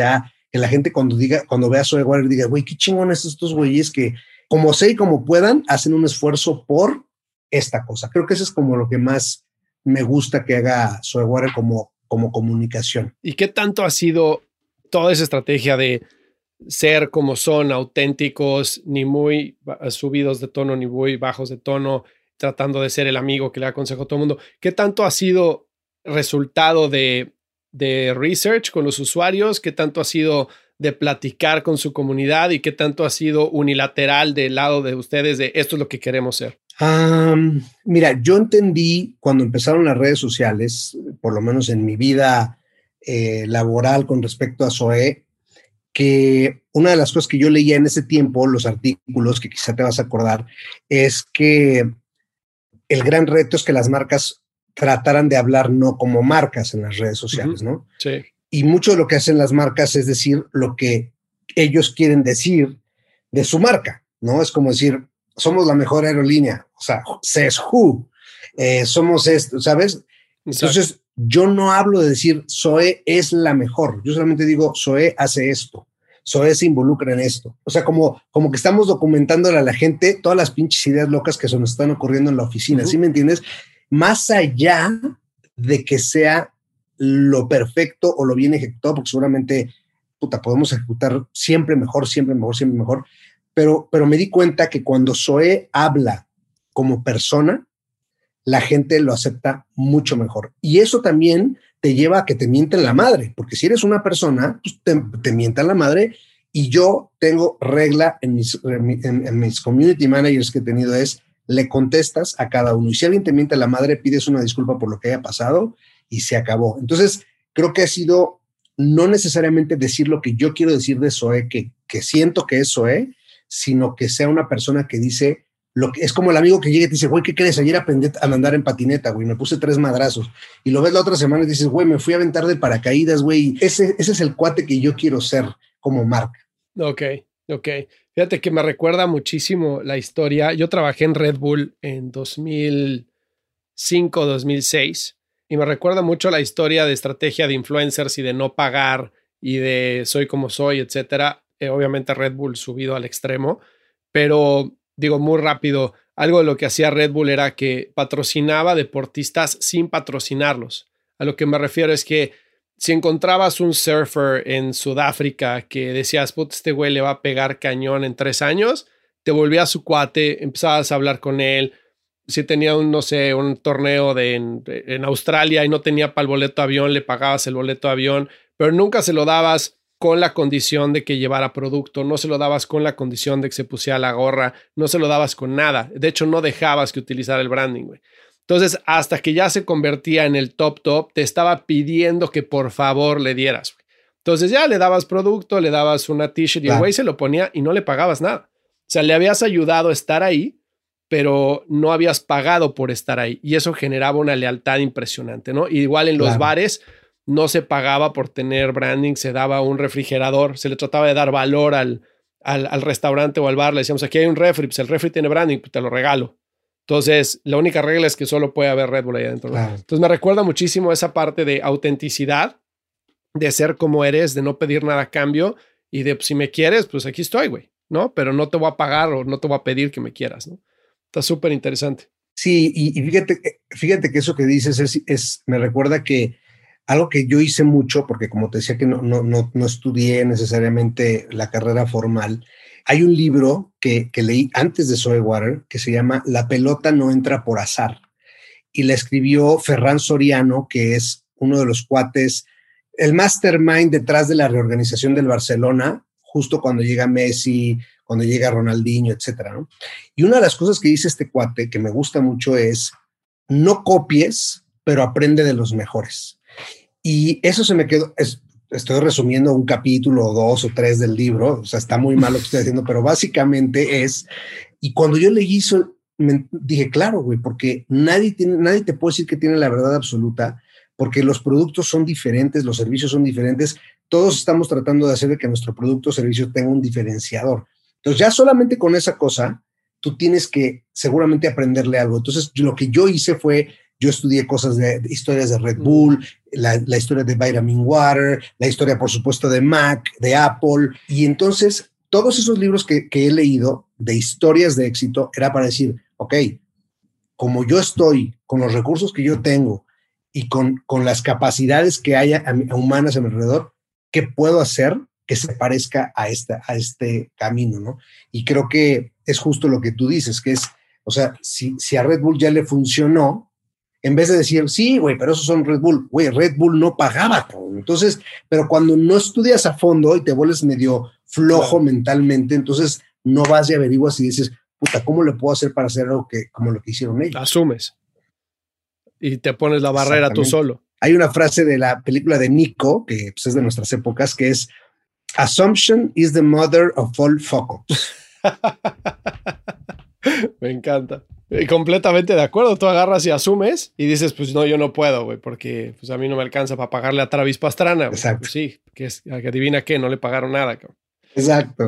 [SPEAKER 2] que la gente cuando vea Zoe Water diga, güey, qué chingón estos güeyes que como sé y como puedan, hacen un esfuerzo por esta cosa. Creo que eso es como lo que más me gusta que haga Zoe Water como comunicación.
[SPEAKER 3] ¿Y qué tanto ha sido toda esa estrategia de ser como son, auténticos, ni muy subidos de tono, ni muy bajos de tono, tratando de ser el amigo que le aconsejo a todo el mundo? ¿Qué tanto ha sido resultado de research con los usuarios? ¿Qué tanto ha sido de platicar con su comunidad? ¿Y qué tanto ha sido unilateral del lado de ustedes de esto es lo que queremos ser?
[SPEAKER 2] Mira, yo entendí cuando empezaron las redes sociales, por lo menos en mi vida laboral con respecto a Zoe, que una de las cosas que yo leía en ese tiempo, los artículos que quizá te vas a acordar, es que el gran reto es que las marcas trataran de hablar no como marcas en las redes sociales, ¿no?
[SPEAKER 3] Sí.
[SPEAKER 2] Y mucho de lo que hacen las marcas es decir lo que ellos quieren decir de su marca, ¿no? Es como decir, somos la mejor aerolínea, o sea, says who, somos esto, ¿sabes?
[SPEAKER 3] Exacto.
[SPEAKER 2] Entonces, yo no hablo de decir Zoe es la mejor, yo solamente digo Zoe hace esto, Zoe se involucra en esto. O sea, como que estamos documentándole a la gente todas las pinches ideas locas que se nos están ocurriendo en la oficina, ¿sí me entiendes? Más allá de que sea lo perfecto o lo bien ejecutado, porque seguramente, podemos ejecutar siempre mejor, pero me di cuenta que cuando Zoe habla como persona, la gente lo acepta mucho mejor. Y eso también te lleva a que te mienten la madre, porque si eres una persona, pues te mientan la madre. Y yo tengo regla en mis community managers que he tenido es, le contestas a cada uno. Y si alguien te miente la madre, pides una disculpa por lo que haya pasado y se acabó. Entonces, creo que ha sido no necesariamente decir lo que yo quiero decir de Zoe, que siento que es Zoe, sino que sea una persona que dice lo que es, como el amigo que llega y te dice, güey, ¿qué crees? Ayer aprendí a andar en patineta, güey, me puse 3 madrazos. Y lo ves la otra semana y dices, güey, me fui a aventar de paracaídas, güey. Ese es el cuate que yo quiero ser como marca.
[SPEAKER 3] Ok. Fíjate que me recuerda muchísimo la historia. Yo trabajé en Red Bull en 2005, 2006 y me recuerda mucho la historia de estrategia de influencers y de no pagar y de soy como soy, etcétera. Obviamente Red Bull subido al extremo, pero digo muy rápido, algo de lo que hacía Red Bull era que patrocinaba deportistas sin patrocinarlos. A lo que me refiero es que si encontrabas un surfer en Sudáfrica que decías, puta, este güey le va a pegar cañón en 3 años, te volvías su cuate, empezabas a hablar con él. Si tenía un torneo en Australia y no tenía para el boleto de avión, le pagabas el boleto de avión, pero nunca se lo dabas con la condición de que llevara producto, no se lo dabas con la condición de que se pusiera la gorra, no se lo dabas con nada. De hecho, no dejabas que utilizara el branding, güey. Entonces, hasta que ya se convertía en el top, te estaba pidiendo que por favor le dieras, güey. Entonces ya le dabas producto, le dabas una t-shirt y el güey se lo ponía y no le pagabas nada. O sea, le habías ayudado a estar ahí, pero no habías pagado por estar ahí. Y eso generaba una lealtad impresionante, ¿no? Y igual en los bares no se pagaba por tener branding, se daba un refrigerador, se le trataba de dar valor al restaurante o al bar. Le decíamos, aquí hay un refri, pues el refri tiene branding, pues te lo regalo. Entonces, la única regla es que solo puede haber Red Bull ahí adentro, ¿no? Claro. Entonces, me recuerda muchísimo esa parte de autenticidad, de ser como eres, de no pedir nada a cambio y de, pues, si me quieres, pues aquí estoy, güey, ¿no? Pero no te voy a pagar o no te voy a pedir que me quieras, ¿no? Está súper interesante.
[SPEAKER 2] Sí, y fíjate que eso que dices me recuerda que algo que yo hice mucho, porque como te decía que no estudié necesariamente la carrera formal. Hay un libro que leí antes de Zoe Water que se llama La pelota no entra por azar y la escribió Ferran Soriano, que es uno de los cuates, el mastermind detrás de la reorganización del Barcelona, justo cuando llega Messi, cuando llega Ronaldinho, etcétera, ¿no? Y una de las cosas que dice este cuate que me gusta mucho es no copies, pero aprende de los mejores. Y eso se me quedó, estoy resumiendo un capítulo o 2 o 3 del libro, o sea, está muy mal lo que estoy haciendo, pero básicamente es, y cuando yo leí eso, dije, claro, güey, porque nadie te puede decir que tiene la verdad absoluta, porque los productos son diferentes, los servicios son diferentes, todos estamos tratando de hacer de que nuestro producto o servicio tenga un diferenciador. Entonces, ya solamente con esa cosa, tú tienes que seguramente aprenderle algo. Entonces, lo que yo hice fue yo estudié cosas de historias de Red Bull, la historia de Vitamin Water, la historia, por supuesto, de Mac, de Apple. Y entonces, todos esos libros que he leído de historias de éxito era para decir, ok, como yo estoy, con los recursos que yo tengo y con las capacidades que haya humanas a mi alrededor, ¿qué puedo hacer que se parezca a este camino, ¿no? Y creo que es justo lo que tú dices, que es, o sea, si a Red Bull ya le funcionó, en vez de decir, sí, güey, pero esos son Red Bull, güey, Red Bull no pagaba, cabrón. Entonces, pero cuando no estudias a fondo y te vuelves medio flojo mentalmente, entonces no vas y averiguas y dices, puta, ¿cómo le puedo hacer para hacer algo como lo que hicieron ellos?
[SPEAKER 3] Asumes. Y te pones la barrera tú solo.
[SPEAKER 2] Hay una frase de la película de Nico, que pues, es de nuestras épocas, que es, assumption is the mother of all fuck-ups.
[SPEAKER 3] Me encanta. Y completamente de acuerdo. Tú agarras y asumes y dices, pues no, yo no puedo, güey, porque pues, a mí no me alcanza para pagarle a Travis Pastrana. Güey.
[SPEAKER 2] Exacto.
[SPEAKER 3] Pues, sí, que adivina qué, no le pagaron nada. Cabrón.
[SPEAKER 2] Exacto.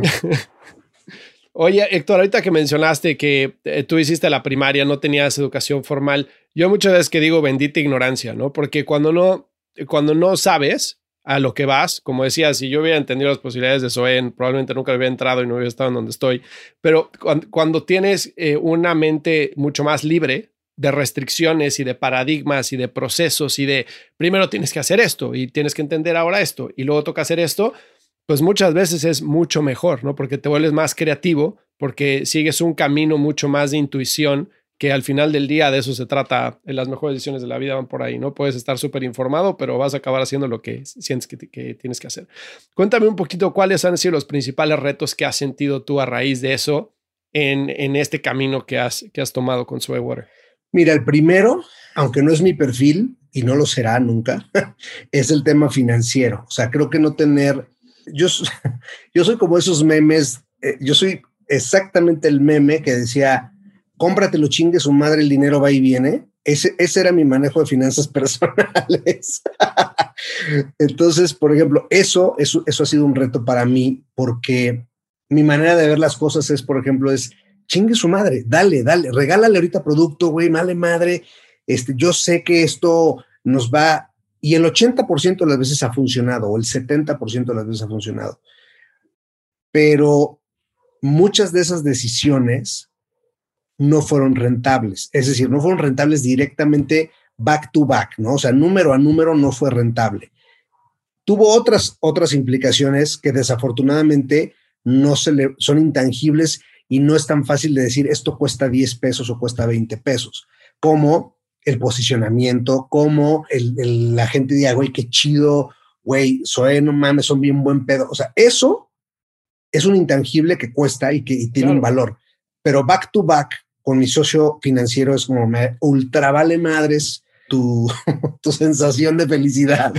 [SPEAKER 3] Oye, Héctor, ahorita que mencionaste que tú hiciste la primaria, no tenías educación formal, yo muchas veces que digo bendita ignorancia, ¿no? Porque cuando no sabes a lo que vas, como decía, si yo hubiera entendido las posibilidades de SOE, probablemente nunca hubiera entrado y no hubiera estado en donde estoy, pero cuando tienes una mente mucho más libre de restricciones y de paradigmas y de procesos y de primero tienes que hacer esto y tienes que entender ahora esto y luego toca hacer esto, pues muchas veces es mucho mejor, ¿no? Porque te vuelves más creativo, porque sigues un camino mucho más de intuición, que al final del día de eso se trata. En las mejores decisiones de la vida van por ahí, ¿no? Puedes estar súper informado, pero vas a acabar haciendo lo que sientes que tienes que hacer. Cuéntame un poquito cuáles han sido los principales retos que has sentido tú a raíz de eso en este camino que has tomado con SoeWater.
[SPEAKER 2] Mira, el primero, aunque no es mi perfil y no lo será nunca, es el tema financiero. O sea, creo que no tener... Yo soy como esos memes, yo soy exactamente el meme que decía, cómpratelo, chingue su madre, el dinero va y viene. Ese era mi manejo de finanzas personales. Entonces, por ejemplo, eso ha sido un reto para mí, porque mi manera de ver las cosas es, por ejemplo, chingue su madre, dale, regálale ahorita producto, güey, vale madre. Yo sé que esto nos va... Y el 80% de las veces ha funcionado, o el 70% de las veces ha funcionado. Pero muchas de esas decisiones no fueron rentables. Es decir, no fueron rentables directamente back to back, ¿no? O sea, número a número no fue rentable. Tuvo otras implicaciones que desafortunadamente son intangibles y no es tan fácil de decir esto cuesta 10 pesos o cuesta 20 pesos, como el posicionamiento, como la gente diga, güey, qué chido, güey, SOE, no mames, son bien buen pedo. O sea, eso es un intangible que cuesta y tiene un valor. Pero back to back con mi socio financiero es como me ultra vale madres tu sensación de felicidad.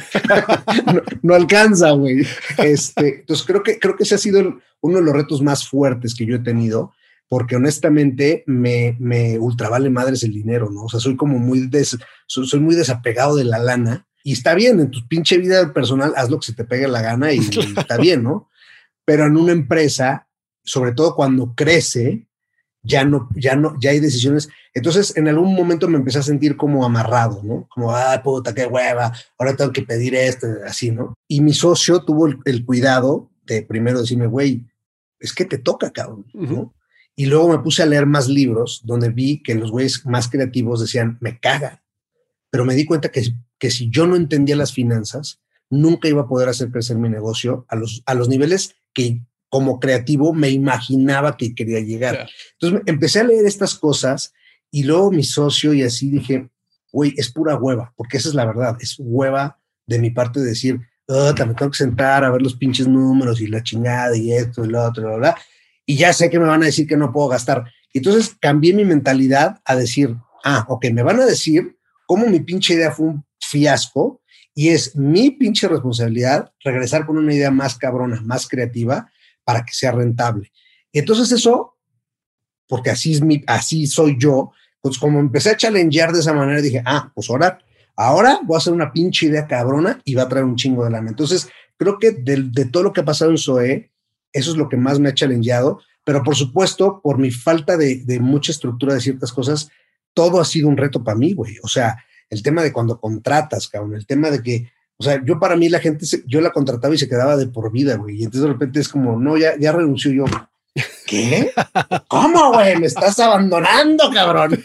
[SPEAKER 2] no alcanza, güey. Entonces creo que ese ha sido uno de los retos más fuertes que yo he tenido, porque honestamente me ultra vale madres el dinero, ¿no? O sea, soy como soy muy desapegado de la lana, y está bien, en tu pinche vida personal haz lo que se te pegue la gana y está bien, ¿no? Pero en una empresa, sobre todo cuando crece, ya hay decisiones. Entonces, en algún momento me empecé a sentir como amarrado, ¿no? Como, puta, qué hueva, ahora tengo que pedir esto, así, ¿no? Y mi socio tuvo el cuidado de primero decirme, güey, es que te toca, cabrón, ¿no? Uh-huh. Y luego me puse a leer más libros donde vi que los güeyes más creativos decían, me caga. Pero me di cuenta que si yo no entendía las finanzas, nunca iba a poder hacer crecer mi negocio a los niveles que como creativo me imaginaba que quería llegar. Yeah. Entonces empecé a leer estas cosas y luego mi socio y así dije, güey, es pura hueva, porque esa es la verdad, es hueva de mi parte de decir, me tengo que sentar a ver los pinches números y la chingada y esto y lo otro, bla, bla. Y ya sé que me van a decir que no puedo gastar. Entonces cambié mi mentalidad a decir, ok, me van a decir cómo mi pinche idea fue un fiasco y es mi pinche responsabilidad regresar con una idea más cabrona, más creativa para que sea rentable. Y entonces eso, porque así soy yo, pues como empecé a challengear de esa manera, dije, pues ahora voy a hacer una pinche idea cabrona y va a traer un chingo de lana. Entonces creo que de todo lo que ha pasado en SOE, eso es lo que más me ha challengeado, pero por supuesto, por mi falta de mucha estructura de ciertas cosas, todo ha sido un reto para mí, güey. O sea, el tema de cuando contratas, cabrón, el tema de que, o sea, yo para mí la gente, yo la contrataba y se quedaba de por vida, güey. Y entonces de repente es como, no, ya renunció yo. ¿Qué? ¿Cómo, güey? Me estás abandonando, cabrón.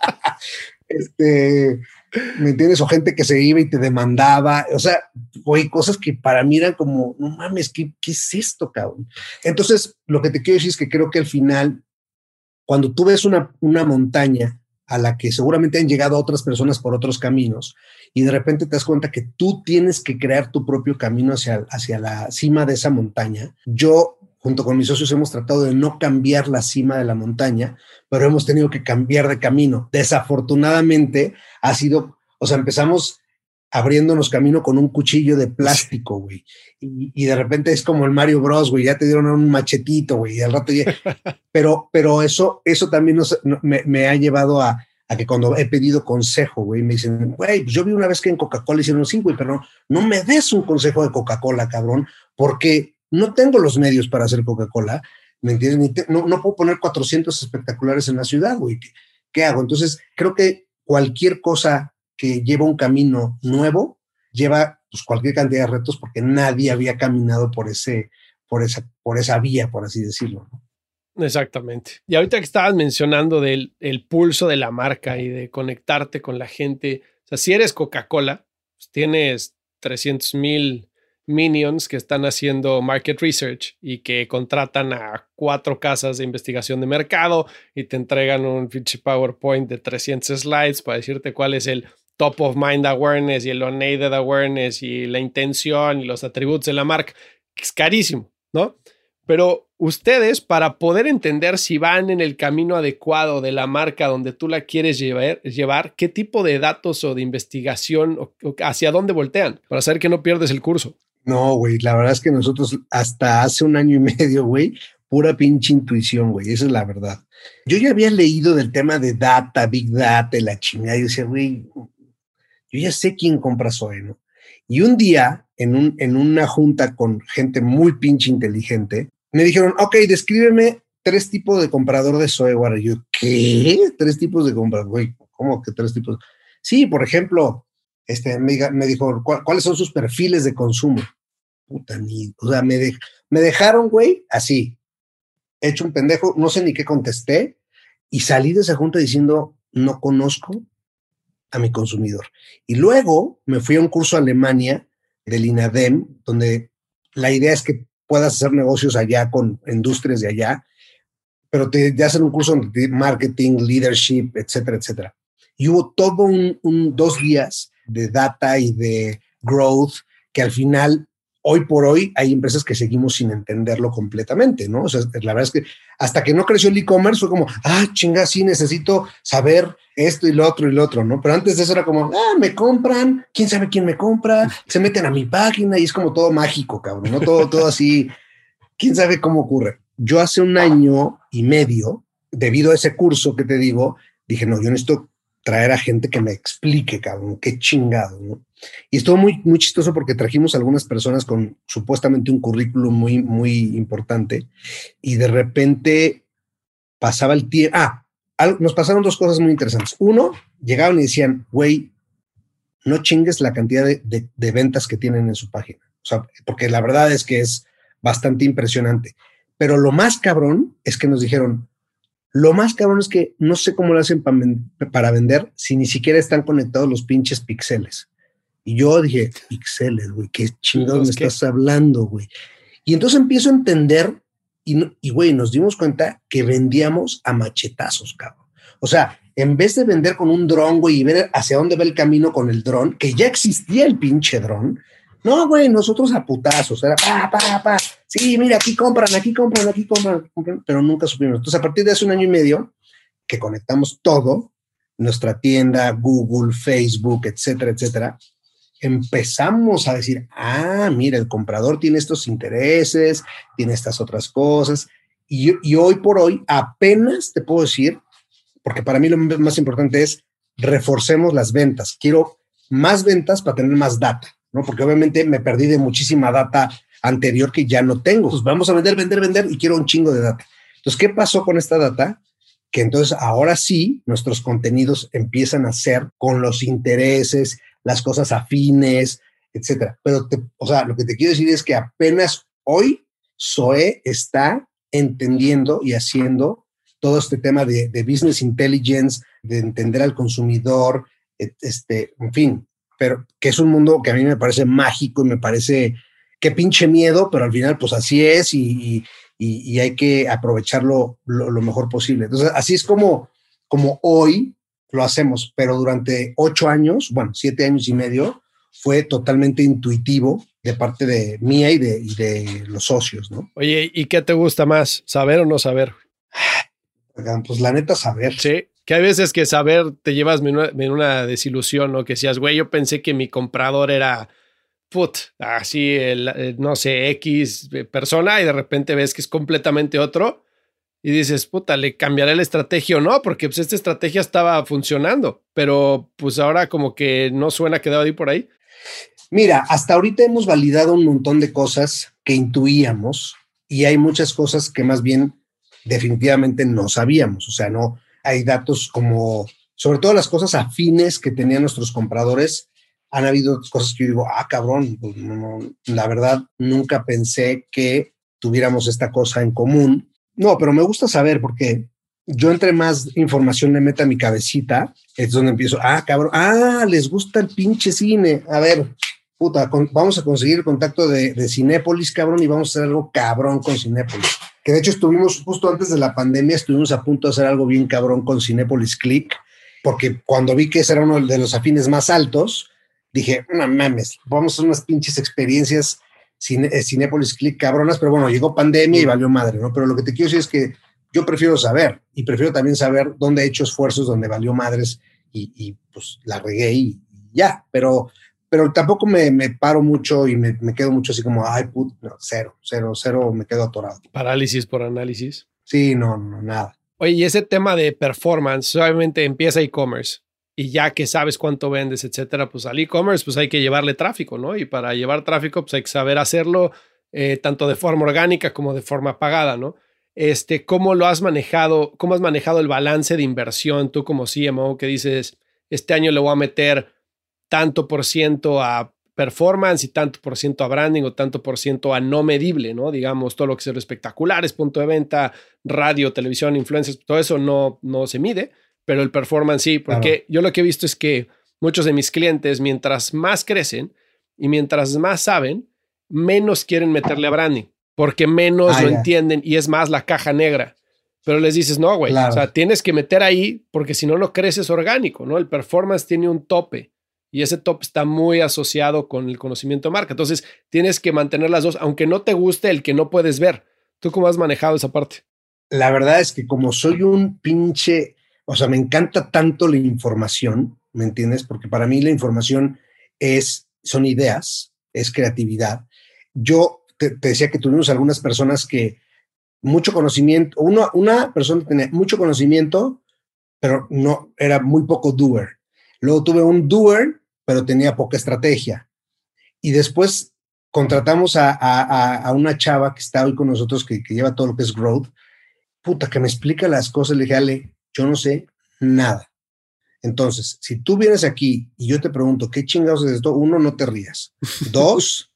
[SPEAKER 2] ¿Me entiendes? O gente que se iba y te demandaba. O sea, güey, cosas que para mí eran como, no mames, ¿qué es esto, cabrón? Entonces, lo que te quiero decir es que creo que al final, cuando tú ves una montaña a la que seguramente han llegado otras personas por otros caminos y de repente te das cuenta que tú tienes que crear tu propio camino hacia la cima de esa montaña. Yo, junto con mis socios, hemos tratado de no cambiar la cima de la montaña, pero hemos tenido que cambiar de camino. Desafortunadamente ha sido, o sea, empezamos abriéndonos camino con un cuchillo de plástico, güey. Y de repente es como el Mario Bros, güey, ya te dieron un machetito, güey, y al rato ya... Pero eso también me ha llevado a que cuando he pedido consejo, güey, me dicen, güey, pues yo vi una vez que en Coca-Cola hicieron sí, güey, pero no me des un consejo de Coca-Cola, cabrón, porque no tengo los medios para hacer Coca-Cola, ¿me entiendes? No puedo poner 400 espectaculares en la ciudad, güey. ¿Qué hago? Entonces, creo que cualquier cosa que lleva un camino nuevo, lleva pues, cualquier cantidad de retos porque nadie había caminado por esa vía, por así decirlo, ¿no?
[SPEAKER 3] Exactamente. Y ahorita que estabas mencionando del el pulso de la marca y de conectarte con la gente, o sea, si eres Coca-Cola, pues tienes 300,000 minions que están haciendo market research y que contratan a 4 casas de investigación de mercado y te entregan un PowerPoint de 300 slides para decirte cuál es el top of mind awareness y el unaided awareness y la intención y los atributos de la marca, que es carísimo, ¿no? Pero ustedes, para poder entender si van en el camino adecuado de la marca donde tú la quieres llevar, ¿qué tipo de datos o de investigación o hacia dónde voltean para saber que no pierdes el curso?
[SPEAKER 2] No, güey, la verdad es que nosotros hasta hace 1 año y medio, güey, pura pinche intuición, güey, esa es la verdad. Yo ya había leído del tema de data, big data, la chingada, y decía, güey, yo ya sé quién compra Zoe, ¿no? Y un día, en una junta con gente muy pinche inteligente, me dijeron, ok, descríbeme 3 tipos de comprador de Zoe Water. Yo, ¿qué? 3 tipos de comprador, güey, ¿cómo que 3 tipos? Sí, por ejemplo, me dijo, ¿cuáles son sus perfiles de consumo? Puta, o sea, me dejaron, güey, así, hecho un pendejo, no sé ni qué contesté, y salí de esa junta diciendo, no conozco a mi consumidor. Y luego me fui a un curso a Alemania del INADEM, donde la idea es que puedas hacer negocios allá con industrias de allá, pero te hacen un curso de marketing, leadership, etcétera, etcétera. Y hubo todo 2 días de data y de growth que al final, hoy por hoy, hay empresas que seguimos sin entenderlo completamente, ¿no? O sea, la verdad es que hasta que no creció el e-commerce fue como, chinga, sí, necesito saber esto y lo otro, ¿no? Pero antes de eso era como, me compran, quién sabe quién me compra, se meten a mi página y es como todo mágico, cabrón, ¿no? Todo así, quién sabe cómo ocurre. Yo hace 1 año y medio, debido a ese curso que te digo, dije, no, yo necesito traer a gente que me explique, cabrón, qué chingado, ¿no? Y estuvo muy, muy chistoso porque trajimos a algunas personas con supuestamente un currículum muy, muy importante y de repente pasaba el tiempo. Nos pasaron 2 cosas muy interesantes. Uno, llegaban y decían, güey, no chingues la cantidad de ventas que tienen en su página. O sea, porque la verdad es que es bastante impresionante. Pero lo más cabrón es que nos dijeron, lo más cabrón es que no sé cómo lo hacen para vender si ni siquiera están conectados los pinches píxeles. Y yo dije, píxeles, güey, qué chingados me estás hablando, güey. Y entonces empiezo a entender y, güey, nos dimos cuenta que vendíamos a machetazos, cabrón. O sea, en vez de vender con un dron, güey, y ver hacia dónde va el camino con el dron, que ya existía el pinche dron, no, güey, nosotros a putazos, era pa. Sí, mira, aquí compran, pero nunca supimos. Entonces, a partir de hace 1 año y medio, que conectamos todo, nuestra tienda, Google, Facebook, etcétera, empezamos a decir, mira, el comprador tiene estos intereses, tiene estas otras cosas, y hoy por hoy apenas te puedo decir, porque para mí lo más importante es reforcemos las ventas. Quiero más ventas para tener más data, ¿no? Porque obviamente me perdí de muchísima data anterior que ya no tengo. Pues vamos a vender y quiero un chingo de data. Entonces, ¿qué pasó con esta data? que entonces ahora sí nuestros contenidos empiezan a ser con los intereses, las cosas afines, etcétera. Pero, o sea, lo que te quiero decir es que apenas hoy Zoe está entendiendo y haciendo todo este tema de business intelligence, de entender al consumidor, en fin, pero que es un mundo que a mí me parece mágico y me parece que pinche miedo, pero al final pues así es y hay que aprovecharlo lo mejor posible. Entonces, así es como hoy lo hacemos, pero durante 8 años, bueno, 7 años y medio, fue totalmente intuitivo de parte de mía y de los socios, ¿no?
[SPEAKER 3] Oye, ¿y qué te gusta más? ¿Saber o no saber?
[SPEAKER 2] Pues la neta, saber.
[SPEAKER 3] Sí, que hay veces que saber te llevas en una desilusión, ¿no? Que decías, güey, yo pensé que mi comprador era, así, no sé, X persona y de repente ves que es completamente otro y dices, le cambiaré la estrategia o no, porque pues esta estrategia estaba funcionando, pero pues ahora como que no suena que deba ir por ahí.
[SPEAKER 2] Mira, hasta ahorita hemos validado un montón de cosas que intuíamos y hay muchas cosas que más bien definitivamente no sabíamos. O sea, no hay datos como, sobre todo las cosas afines que tenían nuestros compradores. Han habido cosas que yo digo, cabrón, pues no, la verdad nunca pensé que tuviéramos esta cosa en común. No, pero me gusta saber porque yo entre más información le meta a mi cabecita, es donde empiezo, cabrón, les gusta el pinche cine. A ver, vamos a conseguir el contacto de Cinépolis, cabrón, y vamos a hacer algo cabrón con Cinépolis. Que de hecho estuvimos, justo antes de la pandemia, estuvimos a punto de hacer algo bien cabrón con Cinépolis Click, porque cuando vi que ese era uno de los afines más altos, dije, no mames, vamos a hacer unas pinches experiencias Cinépolis Click cabronas, pero bueno, llegó pandemia y valió madre, ¿no? Pero lo que te quiero decir es que yo prefiero saber, y prefiero también saber dónde he hecho esfuerzos, donde valió madres y pues la regué y ya, pero tampoco me paro mucho y me quedo mucho así como, no, cero, me quedo atorado.
[SPEAKER 3] Parálisis por análisis.
[SPEAKER 2] Sí, no, nada.
[SPEAKER 3] Oye, y ese tema de performance, obviamente empieza e-commerce y ya que sabes cuánto vendes, etcétera, pues al e-commerce pues hay que llevarle tráfico, ¿no? Y para llevar tráfico pues hay que saber hacerlo tanto de forma orgánica como de forma pagada, ¿no? ¿Cómo lo has manejado? ¿Cómo has manejado el balance de inversión tú como CMO que dices, este año le voy a meter tanto por ciento a performance y tanto por ciento a branding o tanto por ciento a no medible, ¿no? Digamos, todo lo que sea espectaculares, punto de venta, radio, televisión, influencers, todo eso no se mide, pero el performance sí, porque yo lo que he visto es que muchos de mis clientes, mientras más crecen y mientras más saben, menos quieren meterle a branding, porque menos lo entienden y es más la caja negra. Pero les dices, no, güey, o sea, tienes que meter ahí porque si no, no creces orgánico, ¿no? El performance tiene un tope. Y ese top está muy asociado con el conocimiento de marca. Entonces, tienes que mantener las dos, aunque no te guste el que no puedes ver. ¿Tú cómo has manejado esa parte?
[SPEAKER 2] La verdad es que como soy un pinche, o sea, me encanta tanto la información, ¿me entiendes? Porque para mí la información son ideas, es creatividad. Yo te decía que tuvimos algunas personas que mucho conocimiento, una persona tenía mucho conocimiento, pero no, era muy poco doer. Luego tuve un doer, pero tenía poca estrategia. Y después contratamos a una chava que está hoy con nosotros, que lleva todo lo que es growth, que me explica las cosas. Le dije, Ale, yo no sé nada. Entonces, si tú vienes aquí y yo te pregunto, ¿qué chingados es esto? 1, no te rías. 2,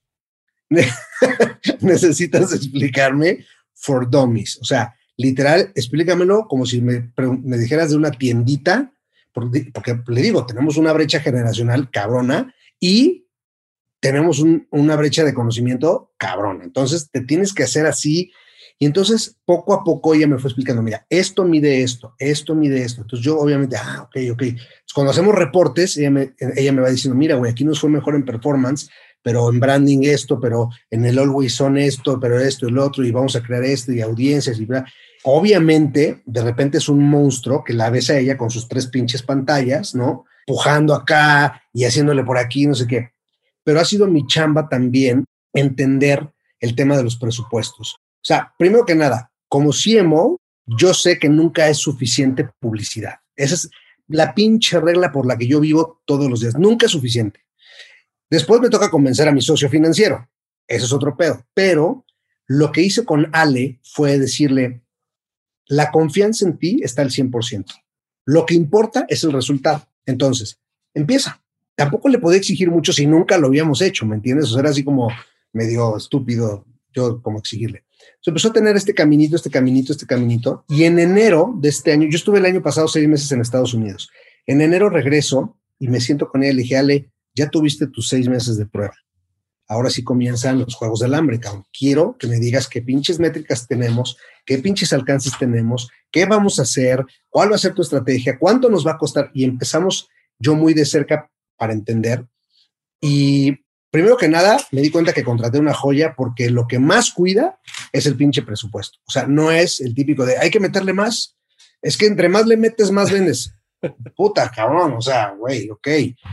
[SPEAKER 2] necesitas explicarme for dummies. O sea, literal, explícamelo como si me dijeras de una tiendita, porque le digo, tenemos una brecha generacional cabrona y tenemos una brecha de conocimiento cabrona. Entonces, te tienes que hacer así. Y entonces, poco a poco, ella me fue explicando, mira, esto mide esto mide esto. Entonces, yo obviamente, ok. Entonces, cuando hacemos reportes, ella me va diciendo, mira, güey, aquí nos fue mejor en performance, pero en branding esto, pero en el Always On esto, pero esto y lo otro, y vamos a crear esto, y audiencias, y bla. Obviamente, de repente es un monstruo que la ves a ella con sus 3 pinches pantallas, ¿no? Pujando acá y haciéndole por aquí, no sé qué. Pero ha sido mi chamba también entender el tema de los presupuestos. O sea, primero que nada, como CMO, yo sé que nunca es suficiente publicidad. Esa es la pinche regla por la que yo vivo todos los días. Nunca es suficiente. Después me toca convencer a mi socio financiero. Eso es otro pedo. Pero lo que hice con Ale fue decirle, La confianza en ti está al 100%. Lo que importa es el resultado. Entonces, empieza. Tampoco le podía exigir mucho si nunca lo habíamos hecho, ¿me entiendes? O sea, era así como medio estúpido yo como exigirle. Se empezó a tener este caminito, y en enero de este año, yo estuve el año pasado 6 meses en Estados Unidos. En enero regreso y me siento con ella y le dije, Ale, ya tuviste tus 6 meses de prueba. Ahora sí comienzan los juegos del hambre, cabrón. Quiero que me digas qué pinches métricas tenemos, qué pinches alcances tenemos, qué vamos a hacer, cuál va a ser tu estrategia, cuánto nos va a costar. Y empezamos yo muy de cerca para entender. Y primero que nada, me di cuenta que contraté una joya porque lo que más cuida es el pinche presupuesto. O sea, no es el típico de hay que meterle más. Es que entre más le metes, más vendes. Puta, cabrón. O sea, güey, ok.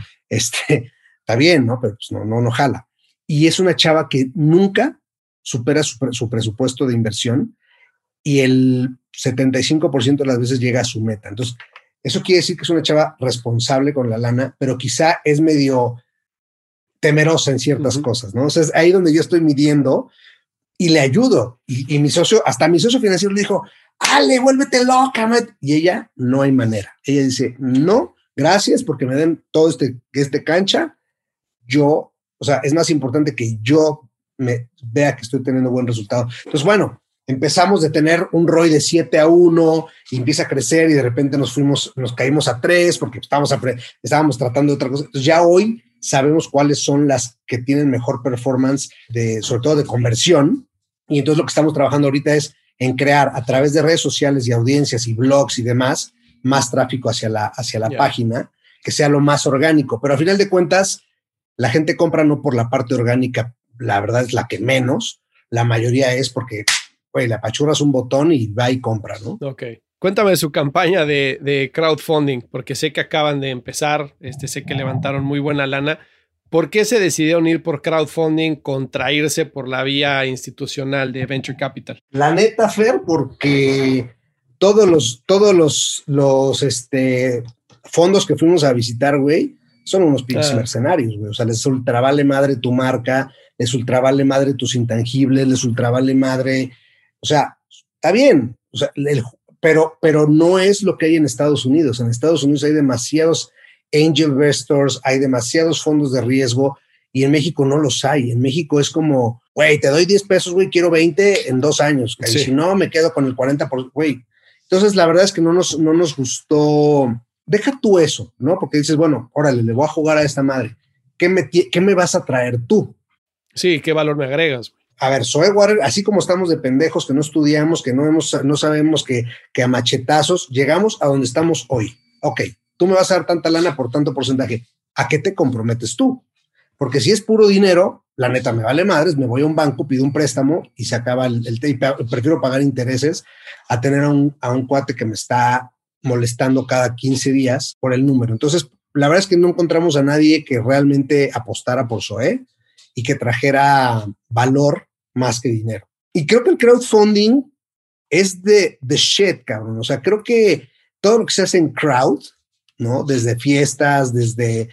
[SPEAKER 2] Está bien, ¿no? Pero pues no jala. Y es una chava que nunca supera su presupuesto de inversión y el 75% de las veces llega a su meta. Entonces, eso quiere decir que es una chava responsable con la lana, pero quizá es medio temerosa en ciertas cosas, ¿no? O sea, es ahí donde yo estoy midiendo y le ayudo. Y mi socio, hasta mi socio financiero le dijo, Ale, vuélvete loca, man. Y ella, no hay manera. Ella dice, no, gracias porque me den todo este cancha. Yo, o sea, es más importante que yo me vea que estoy teniendo buen resultado. Entonces, bueno, empezamos de tener un ROI de 7-1 y empieza a crecer y de repente nos caímos a 3 porque estábamos tratando de otra cosa. Entonces ya hoy sabemos cuáles son las que tienen mejor performance, sobre todo de conversión. Y entonces lo que estamos trabajando ahorita es en crear a través de redes sociales y audiencias y blogs y demás, más tráfico hacia la página, que sea lo más orgánico. Pero al final de cuentas, la gente compra no por la parte orgánica, la verdad es la que menos. La mayoría es porque, güey, le apachurras un botón y va y compra, ¿no?
[SPEAKER 3] Ok. Cuéntame de su campaña de crowdfunding, porque sé que acaban de empezar, sé que levantaron muy buena lana. ¿Por qué se decidieron ir por crowdfunding contra irse por la vía institucional de Venture Capital?
[SPEAKER 2] La neta, Fer, porque todos los fondos que fuimos a visitar, güey, son unos pinches mercenarios, güey. O sea, les ultra vale madre tu marca, les ultra vale madre tus intangibles, les ultra vale madre. O sea, está bien. O sea, pero no es lo que hay en Estados Unidos. En Estados Unidos hay demasiados angel investors, hay demasiados fondos de riesgo y en México no los hay. En México es como, güey, te doy 10 pesos, güey, quiero 20 en 2 años. Sí. Y si no, me quedo con el 40%, güey. Entonces, la verdad es que no nos gustó. Deja tú eso, ¿no? Porque dices, bueno, órale, le voy a jugar a esta madre. ¿Qué me vas a traer tú?
[SPEAKER 3] Sí, ¿qué valor me agregas?
[SPEAKER 2] A ver, SoeWater, así como estamos de pendejos, que no estudiamos, que no sabemos que a machetazos, llegamos a donde estamos hoy. Ok, tú me vas a dar tanta lana por tanto porcentaje. ¿A qué te comprometes tú? Porque si es puro dinero, la neta me vale madres, me voy a un banco, pido un préstamo y se acaba prefiero pagar intereses a tener a un cuate que me está molestando cada 15 días por el número. Entonces, la verdad es que no encontramos a nadie que realmente apostara por Zoe y que trajera valor más que dinero. Y creo que el crowdfunding es the shit, cabrón. O sea, creo que todo lo que se hace en crowd, ¿no? Desde fiestas, desde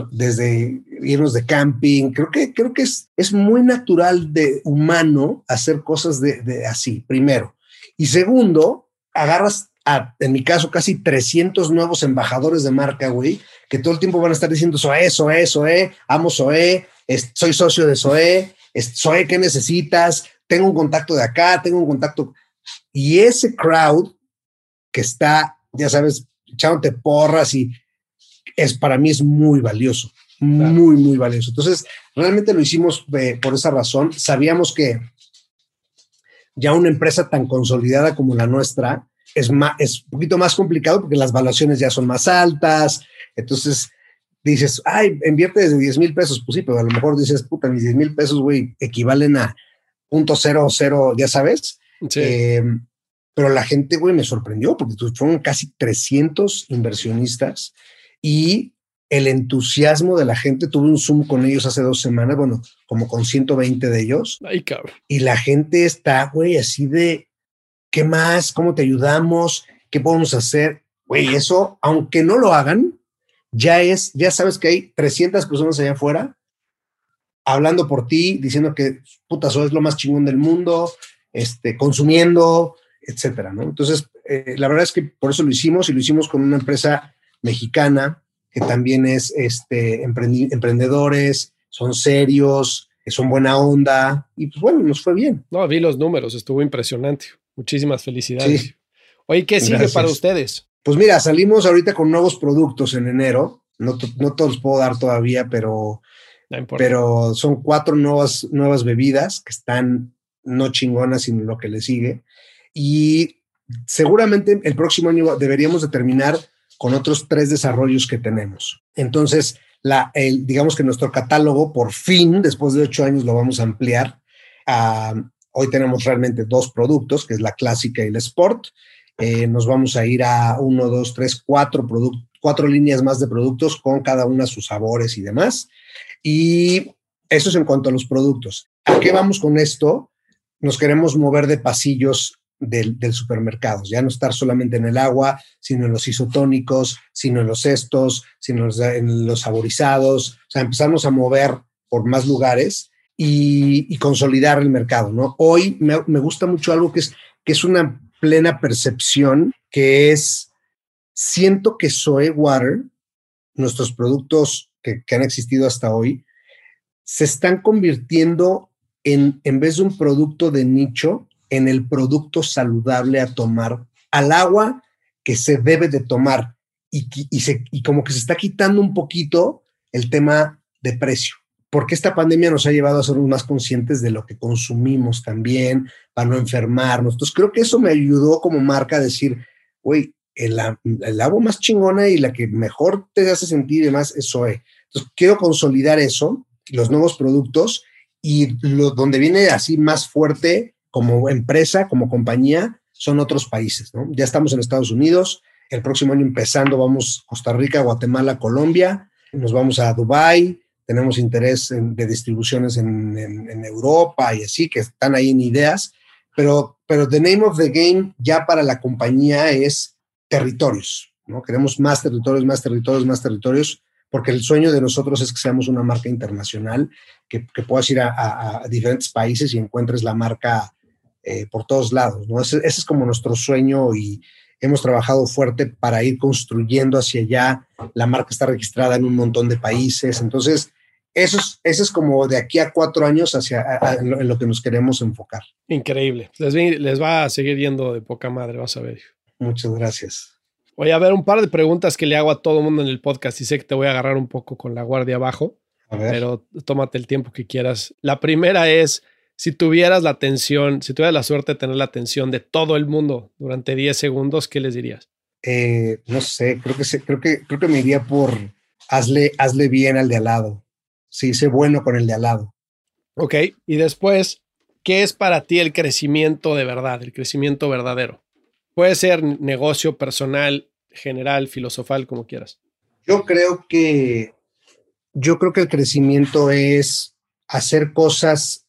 [SPEAKER 2] irnos de camping, creo que es muy natural de humano hacer cosas de así, primero. Y segundo, agarras en mi caso, casi 300 nuevos embajadores de marca, güey, que todo el tiempo van a estar diciendo Zoe, amo Zoe, soy socio de Zoe, Zoe, ¿qué necesitas? Tengo un contacto de acá, tengo un contacto. Y ese crowd que está, ya sabes, echándote porras y para mí es muy valioso, muy, muy valioso. Entonces, realmente lo hicimos por esa razón. Sabíamos que ya una empresa tan consolidada como la nuestra es un poquito más complicado porque las valuaciones ya son más altas. Entonces dices, ay, invierte desde 10,000 pesos. Pues sí, pero a lo mejor dices, puta, mis 10,000 pesos, güey, equivalen a 0.00, ya sabes.
[SPEAKER 3] Sí.
[SPEAKER 2] Pero la gente, güey, me sorprendió porque fueron casi 300 inversionistas y el entusiasmo de la gente. Tuve un Zoom con ellos hace 2 semanas, bueno, como con 120 de ellos.
[SPEAKER 3] Ay, cabrón.
[SPEAKER 2] Y la gente está, güey, así de, ¿qué más? ¿Cómo te ayudamos? ¿Qué podemos hacer? Güey, eso, aunque no lo hagan, ya sabes que hay 300 personas allá afuera hablando por ti, diciendo que puta, eso es lo más chingón del mundo, consumiendo, etcétera, ¿no? Entonces, la verdad es que por eso lo hicimos, y lo hicimos con una empresa mexicana que también es emprendedores, son serios, son buena onda, y pues bueno, nos fue bien.
[SPEAKER 3] No, vi los números, estuvo impresionante. Muchísimas felicidades.
[SPEAKER 2] Sí,
[SPEAKER 3] Oye, ¿qué sigue para
[SPEAKER 2] gracias.
[SPEAKER 3] ustedes?
[SPEAKER 2] Pues mira, salimos ahorita con nuevos productos en enero. No todos los puedo dar todavía,
[SPEAKER 3] No importa.
[SPEAKER 2] pero son 4 nuevas bebidas que están no chingonas, sino lo que le sigue. Y seguramente el próximo año deberíamos de terminar con otros 3 desarrollos que tenemos. Entonces, digamos que nuestro catálogo, por fin, después de 8 años, lo vamos a ampliar. Hoy tenemos realmente 2 productos, que es la clásica y la sport. Nos vamos a ir a 1, 2, 3, 4 líneas más de productos con cada una sus sabores y demás. Y eso es en cuanto a los productos. ¿A qué vamos con esto? Nos queremos mover de pasillos del supermercado, ya no estar solamente en el agua, sino en los isotónicos, sino en los cestos, sino en los saborizados. O sea, empezamos a mover por más lugares y consolidar el mercado, ¿no? Hoy me gusta mucho algo que es una plena percepción, que es, siento que Zoe Water, nuestros productos que han existido hasta hoy, se están convirtiendo en vez de un producto de nicho, en el producto saludable a tomar, al agua que se debe de tomar, y como que se está quitando un poquito el tema de precio, porque esta pandemia nos ha llevado a ser más conscientes de lo que consumimos también, para no enfermarnos. Entonces creo que eso me ayudó como marca a decir, güey, el agua más chingona y la que mejor te hace sentir y demás es Zoe. Entonces quiero consolidar eso, los nuevos productos, y donde viene así más fuerte como empresa, como compañía, son otros países, ¿no? Ya estamos en Estados Unidos, el próximo año empezando vamos a Costa Rica, Guatemala, Colombia, nos vamos a Dubái, tenemos interés de distribuciones en Europa y así, que están ahí en ideas, pero the name of the game ya para la compañía es territorios, ¿no? Queremos más territorios, más territorios, más territorios, porque el sueño de nosotros es que seamos una marca internacional, que puedas ir a diferentes países y encuentres la marca por todos lados, ¿no? Ese es como nuestro sueño, y hemos trabajado fuerte para ir construyendo hacia allá. La marca está registrada en un montón de países, entonces eso es como de aquí a 4 años en lo que nos queremos enfocar.
[SPEAKER 3] Increíble. Les va a seguir yendo de poca madre, vas a ver.
[SPEAKER 2] Muchas gracias.
[SPEAKER 3] Voy a ver un par de preguntas que le hago a todo el mundo en el podcast, y sé que te voy a agarrar un poco con la guardia abajo, pero tómate el tiempo que quieras. La primera es, si tuvieras la suerte de tener la atención de todo el mundo durante 10 segundos, ¿qué les dirías?
[SPEAKER 2] No sé, creo que me iría por hazle bien al de al lado. Sí, sé bueno con el de al lado.
[SPEAKER 3] Ok, y después, ¿qué es para ti el crecimiento de verdad, el crecimiento verdadero? Puede ser negocio, personal, general, filosofal, como quieras.
[SPEAKER 2] Yo creo que el crecimiento es hacer cosas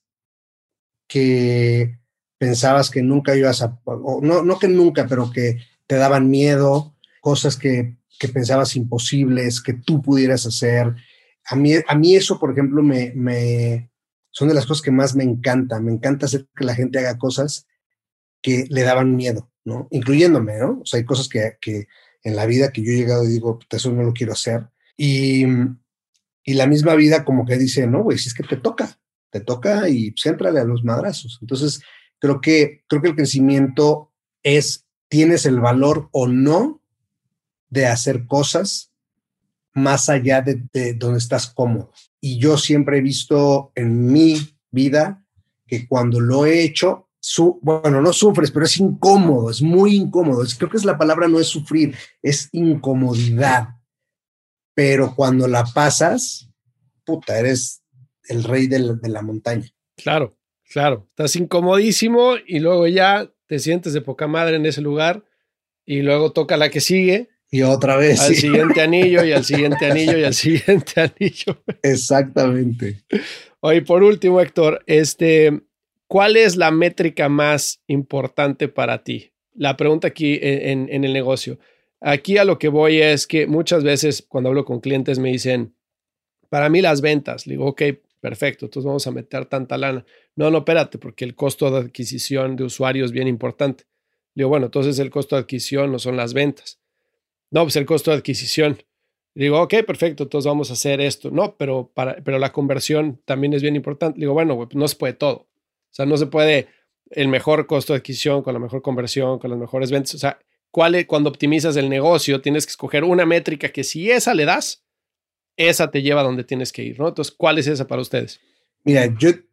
[SPEAKER 2] que pensabas que nunca ibas a, o no que nunca, pero que te daban miedo, cosas que pensabas imposibles, que tú pudieras hacer. A mí eso, por ejemplo, son de las cosas que más me encanta. Me encanta hacer que la gente haga cosas que le daban miedo, ¿no? Incluyéndome, ¿no? O sea, hay cosas que en la vida que yo he llegado y digo, eso no lo quiero hacer. Y la misma vida como que dice, no, güey, si es que te toca y pues éntrale a los madrazos. Entonces, creo que el crecimiento es, tienes el valor o no de hacer cosas más allá de donde estás cómodo. Y yo siempre he visto en mi vida que cuando lo he hecho, bueno, no sufres, pero es incómodo, es muy incómodo. Creo que la palabra no es sufrir, es incomodidad. Pero cuando la pasas, puta, eres el rey de la montaña.
[SPEAKER 3] Claro. Estás incomodísimo y luego ya te sientes de poca madre en ese lugar y luego toca la que sigue.
[SPEAKER 2] Y otra vez.
[SPEAKER 3] Al siguiente anillo y al siguiente anillo y al siguiente anillo.
[SPEAKER 2] Exactamente.
[SPEAKER 3] Oye, por último, Héctor, ¿cuál es la métrica más importante para ti? La pregunta aquí en el negocio. Aquí a lo que voy es que muchas veces cuando hablo con clientes me dicen, para mí las ventas. Le digo, ok, perfecto, entonces vamos a meter tanta lana. No, espérate, porque el costo de adquisición de usuario es bien importante. Le digo, bueno, entonces el costo de adquisición no son las ventas. No, pues el costo de adquisición. Le digo, ok, perfecto, entonces vamos a hacer esto. No, pero la conversión también es bien importante. Le digo, bueno, pues no se puede todo. O sea, no se puede el mejor costo de adquisición con la mejor conversión, con las mejores ventas. O sea, cuando optimizas el negocio, tienes que escoger una métrica que si esa le das, esa te lleva a donde tienes que ir, ¿no? Entonces, ¿cuál es esa para ustedes?
[SPEAKER 2] Mira,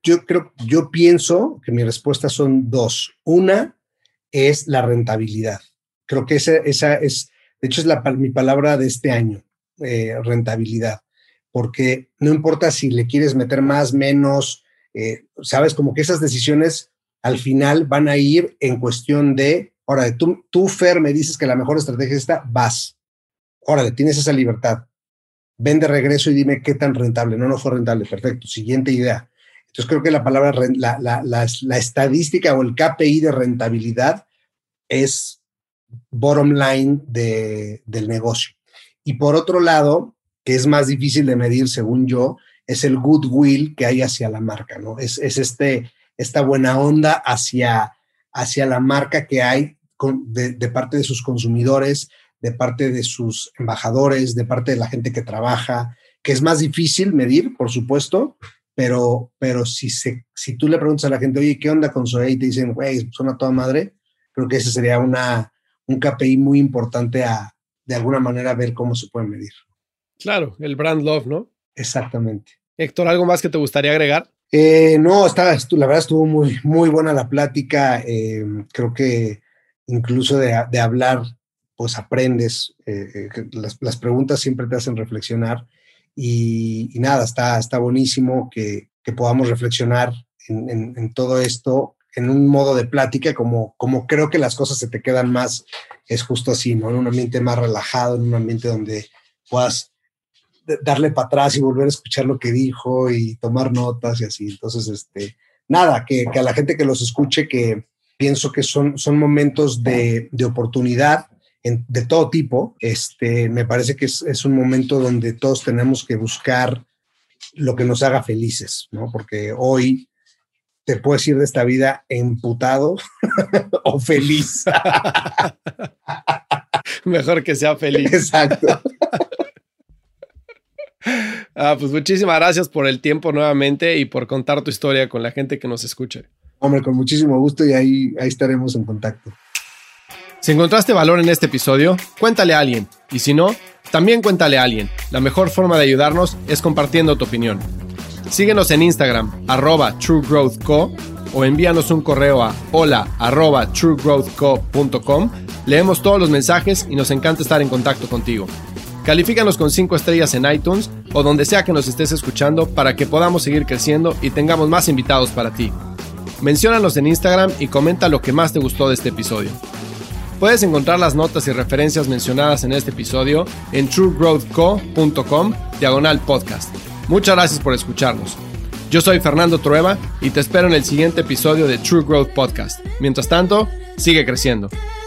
[SPEAKER 2] yo pienso que mis respuestas son dos. Una es la rentabilidad. Creo que esa es, de hecho, es mi palabra de este año, rentabilidad. Porque no importa si le quieres meter más, menos, sabes, como que esas decisiones al final van a ir en cuestión de, órale, tú, Fer, me dices que la mejor estrategia es esta, vas. Órale, tienes esa libertad. Ven de regreso y dime qué tan rentable. No fue rentable. Perfecto. Siguiente idea. Entonces creo que la palabra, la estadística o el KPI de rentabilidad es bottom line del negocio. Y por otro lado, que es más difícil de medir, según yo, es el goodwill que hay hacia la marca, ¿no? Es esta buena onda hacia la marca que hay de parte de sus consumidores, de parte de sus embajadores, de parte de la gente que trabaja, que es más difícil medir, por supuesto, pero si tú le preguntas a la gente, oye, ¿qué onda con Zoe? Y te dicen, güey, suena toda madre, creo que ese sería un KPI muy importante de alguna manera ver cómo se puede medir.
[SPEAKER 3] Claro, el brand love, ¿no?
[SPEAKER 2] Exactamente.
[SPEAKER 3] Héctor, ¿algo más que te gustaría agregar?
[SPEAKER 2] No, la verdad estuvo muy, muy buena la plática. Creo que incluso de hablar, pues aprendes. Las preguntas siempre te hacen reflexionar y nada, está buenísimo que podamos reflexionar en todo esto en un modo de plática, como creo que las cosas se te quedan más, es justo así, ¿no? En un ambiente más relajado, en un ambiente donde puedas darle para atrás y volver a escuchar lo que dijo y tomar notas y así. Entonces, nada, que a la gente que los escuche, que pienso que son momentos de oportunidad de todo tipo. Me parece que es un momento donde todos tenemos que buscar lo que nos haga felices, ¿no? Porque hoy te puedes ir de esta vida emputado o feliz.
[SPEAKER 3] Mejor que sea feliz.
[SPEAKER 2] Exacto.
[SPEAKER 3] Pues muchísimas gracias por el tiempo nuevamente y por contar tu historia con la gente que nos escuche.
[SPEAKER 2] Hombre, con muchísimo gusto y ahí estaremos en contacto.
[SPEAKER 3] Si encontraste valor en este episodio, cuéntale a alguien. Y si no, también cuéntale a alguien. La mejor forma de ayudarnos es compartiendo tu opinión. Síguenos en Instagram, @TrueGrowthCo, o envíanos un correo a hola@truegrowthco.com. Leemos todos los mensajes y nos encanta estar en contacto contigo. Califícanos con 5 estrellas en iTunes o donde sea que nos estés escuchando para que podamos seguir creciendo y tengamos más invitados para ti. Menciónanos en Instagram y comenta lo que más te gustó de este episodio. Puedes encontrar las notas y referencias mencionadas en este episodio en truegrowthco.com/podcast. Muchas gracias por escucharnos. Yo soy Fernando Trueba y te espero en el siguiente episodio de True Growth Podcast. Mientras tanto, sigue creciendo.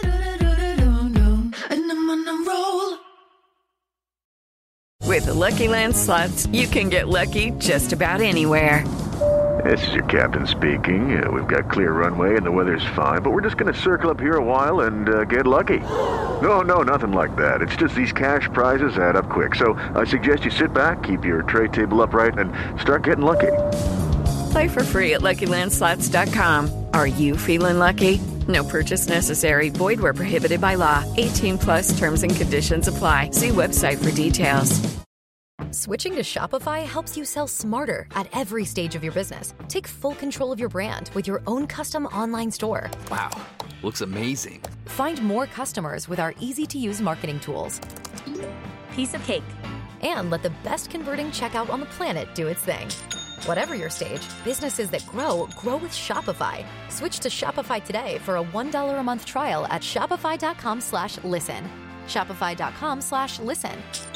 [SPEAKER 4] With the Lucky Land Slots, you can get lucky just about anywhere.
[SPEAKER 5] This is your captain speaking. We've got clear runway and the weather's fine, but we're just going to circle up here a while and get lucky. No, nothing like that. It's just these cash prizes add up quick. So I suggest you sit back, keep your tray table upright, and start getting lucky.
[SPEAKER 4] Play for free at LuckyLandSlots.com. Are you feeling lucky? No purchase necessary. Void where prohibited by law. 18+ terms and conditions apply. See website for details.
[SPEAKER 6] Switching to Shopify helps you sell smarter at every stage of your business. Take full control of your brand with your own custom online store.
[SPEAKER 7] Wow, looks amazing.
[SPEAKER 6] Find more customers with our easy-to-use marketing tools.
[SPEAKER 8] Piece of cake.
[SPEAKER 6] And let the best converting checkout on the planet do its thing. Whatever your stage, businesses that grow with Shopify. Switch to Shopify today for a $1 a month trial at shopify.com/listen. Shopify.com/listen.